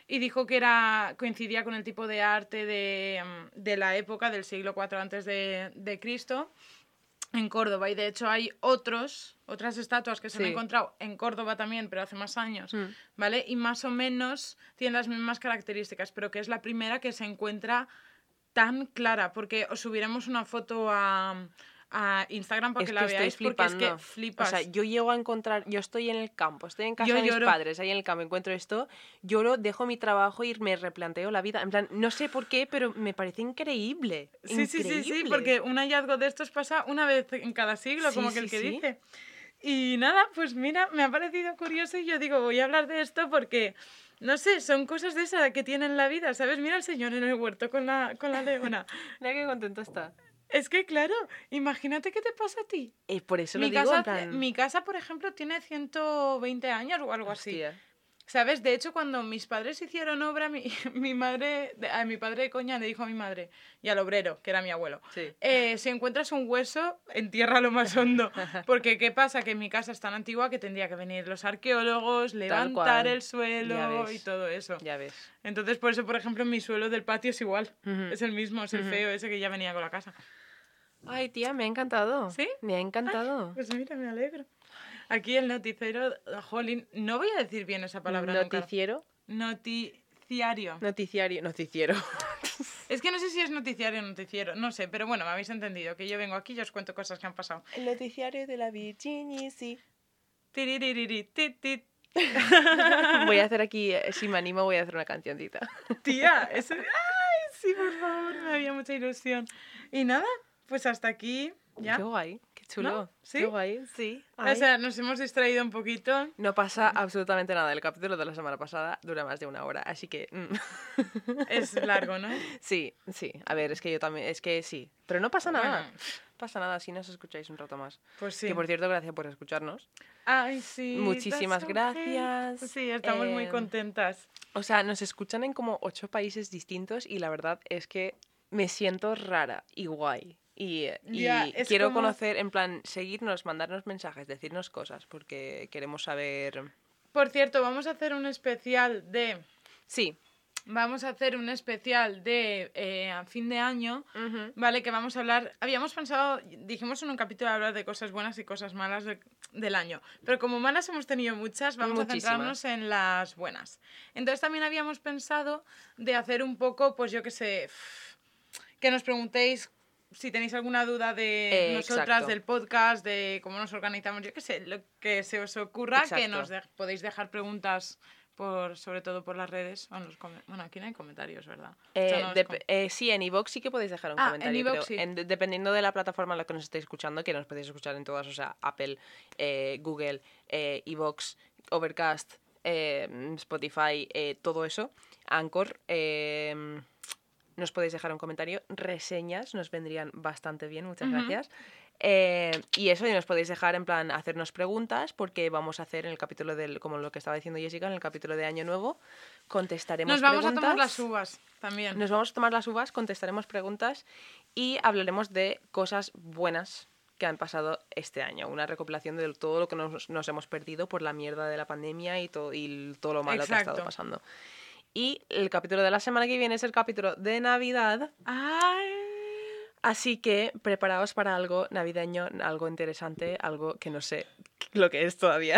y dijo que era coincidía con el tipo de arte de, de la época del siglo cuatro antes de, de Cristo en Córdoba, y de hecho hay otros otras estatuas que se Sí. han encontrado en Córdoba también, pero hace más años, Mm. ¿vale? Y más o menos tienen las mismas características, pero que es la primera que se encuentra tan clara, porque os subiremos una foto a, a Instagram para Es que que la estoy veáis, porque es flipando. que flipas. O sea, yo llego a encontrar, yo estoy en el campo, estoy en casa Yo de mis lloro. padres, ahí en el campo, encuentro esto, lloro, dejo mi trabajo y me replanteo la vida. En plan, no sé por qué, pero me parece increíble. Sí, sí, sí, sí, increíble. porque un hallazgo de estos pasa una vez en cada siglo, Sí, como que sí, el que sí. dice. Y nada, pues mira, me ha parecido curioso y yo digo, voy a hablar de esto porque, no sé, son cosas de esas que tienen la vida, ¿sabes? Mira al señor en el huerto con la, con la leona. Mira qué contento está. Es que, claro, imagínate qué te pasa a ti. Y por eso lo Mi digo, casa, en plan... mi casa, por ejemplo, tiene ciento veinte años o algo así. hostia. ¿Sabes? De hecho, cuando mis padres hicieron obra, mi, mi madre, a mi padre de coña le dijo a mi madre y al obrero, que era mi abuelo, Sí. eh, si encuentras un hueso, entiérralo más hondo. Porque, ¿qué pasa? Que mi casa es tan antigua que tendría que venir los arqueólogos, levantar cual. el Ya suelo ves. y todo eso. Ya ves. Entonces, por eso, por ejemplo, mi suelo del patio es igual. Ujú. Es el mismo, es el Ujú. feo ese que ya venía con la casa. Ay, tía, me ha encantado. ¿Sí? Me ha encantado. Pues mira, me alegro. Aquí el noticiero, jolín, no voy a decir bien esa palabra nunca. Noticiero. Noticiario. Noticiario. Noticiero. Es que no sé si es noticiario o noticiero, no sé, pero bueno, me habéis entendido, que yo vengo aquí y os cuento cosas que han pasado. El noticiario de la Virginia, sí. Tiriririri, tit, tit. Voy a hacer aquí, eh, si me animo, voy a hacer una cancioncita. Tía, eso... ¡Ay, sí, por favor! Me había mucha ilusión. Y nada, pues hasta aquí, ya. Qué guay, qué chulo. ¿No? ¿Sí? Qué guay, sí. O Ay. sea, nos hemos distraído un poquito. No pasa absolutamente nada. El capítulo de la semana pasada dura más de una hora, así que... mm. Es largo, ¿no? Sí, sí. A ver, es que yo también... Es que sí. Pero no pasa nada. Bueno. Pasa nada si nos escucháis un rato más. Pues sí. Que, por cierto, gracias por escucharnos. Ay, sí. Muchísimas that's okay. gracias. Sí, estamos muy Em, contentas. O sea, nos escuchan en como ocho países distintos y la verdad es que me siento rara y guay. Y, y Ya, es quiero como- conocer, en plan, seguirnos, mandarnos mensajes, decirnos cosas, porque queremos saber... Por cierto, vamos a hacer un especial de... Sí. Vamos a hacer un especial de eh, a fin de año, Ujú. ¿vale? Que vamos a hablar... Habíamos pensado, dijimos en un capítulo hablar de cosas buenas y cosas malas de- del año. Pero como malas hemos tenido muchas, vamos Muchísimas. a centrarnos en las buenas. Entonces también habíamos pensado de hacer un poco, pues yo qué sé, que nos preguntéis si tenéis alguna duda de Eh, nosotras, exacto. del podcast, de cómo nos organizamos, yo qué sé, lo que se os ocurra, que Exacto. nos de- podéis dejar preguntas, por sobre todo por las redes. O en los come- bueno, aquí no hay comentarios, ¿verdad? O Eh, sea, no es dep- com- eh, sí, en iVoox sí que podéis dejar un Ah, en comentario. iVoox pero sí. en- de- dependiendo de la plataforma en la que nos estéis escuchando, que nos podéis escuchar en todas, o sea, Apple, eh, Google, eh, iVoox, Overcast, eh, Spotify, eh, todo eso, Anchor, eh, nos podéis dejar un comentario. Reseñas nos vendrían bastante bien, muchas Ujú. gracias. Eh, y eso, y nos podéis dejar en plan hacernos preguntas, porque vamos a hacer en el capítulo del, como lo que estaba diciendo Jessica, en el capítulo de Año Nuevo, contestaremos Nos vamos preguntas. a tomar las uvas también. Nos vamos a tomar las uvas, contestaremos preguntas y hablaremos de cosas buenas que han pasado este año. Una recopilación de todo lo que nos, nos hemos perdido por la mierda de la pandemia y, to- y todo lo malo que ha estado Exacto. pasando. Y el capítulo de la semana que viene es el capítulo de Navidad. Ay. Así que preparaos para algo navideño, algo interesante, algo que no sé lo que es todavía.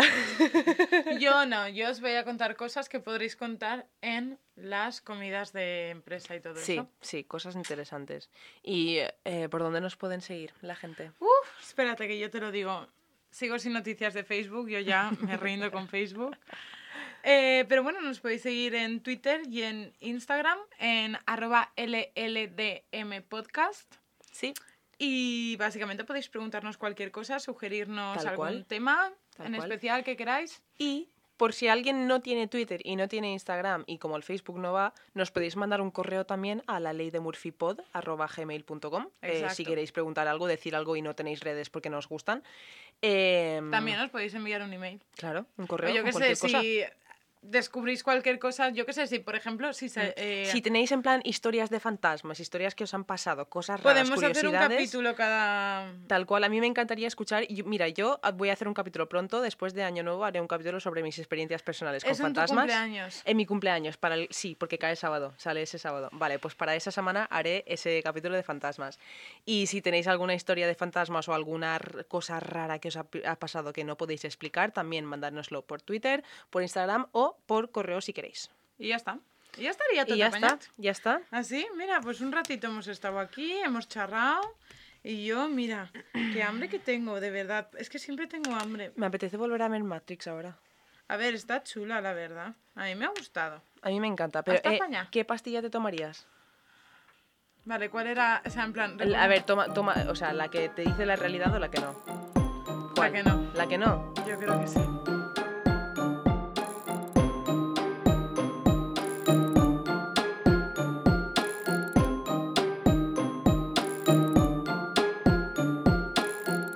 Yo no, yo os voy a contar cosas que podréis contar en las comidas de empresa y todo Sí, eso. sí, cosas interesantes. ¿Y eh, por dónde nos pueden seguir la gente? Uf, espérate que yo te lo digo. Sigo sin noticias de Facebook, yo ya me rindo con Facebook. Eh, pero bueno, nos podéis seguir en Twitter y en Instagram en arroba L L D M podcast. Sí, Y básicamente podéis preguntarnos cualquier cosa, sugerirnos Tal algún cual. tema Tal en cual. especial que queráis. y por si alguien no tiene Twitter y no tiene Instagram y como el Facebook no va, nos podéis mandar un correo también a la ley de murphypod arroba gmail punto com eh, Exacto. si queréis preguntar algo, decir algo y no tenéis redes porque no os gustan. Eh, También os podéis enviar un email. Claro, un O correo yo con qué sé, cualquier cosa. si descubrís cualquier cosa, yo qué sé, si por ejemplo, si se, eh, Si tenéis en plan historias de fantasmas, historias que os han pasado, cosas raras, podemos hacer un curiosidades... capítulo cada... Tal cual, a mí me encantaría escuchar. Y yo- mira, yo voy a hacer un capítulo pronto, después de Año Nuevo, haré un capítulo sobre mis experiencias personales con Es en tu fantasmas. cumpleaños. En mi cumpleaños, para el... sí, porque cae sábado, sale ese sábado. Vale, pues para esa semana haré ese capítulo de fantasmas. Y si tenéis alguna historia de fantasmas o alguna r- cosa rara que os ha, pi- ha pasado que no podéis explicar, también mandárnoslo por Twitter, por Instagram o por correo si queréis. Y ya está. Y ya estaría todo Y ya está, apañado. ya está. Así, mira, pues un ratito hemos estado aquí, hemos charrado. Y yo, mira, qué hambre que tengo, de verdad. Es que siempre tengo hambre. Me apetece volver a ver Matrix ahora. A ver, está chula, la verdad. A mí me ha gustado. A mí me encanta. Pero, ¿Hasta eh, España? ¿qué pastilla te tomarías? Vale, ¿cuál era? O sea, en plan... El- A ver, toma, toma, o sea, la que te dice la realidad o la que no. La que no. La que no. Yo creo que sí.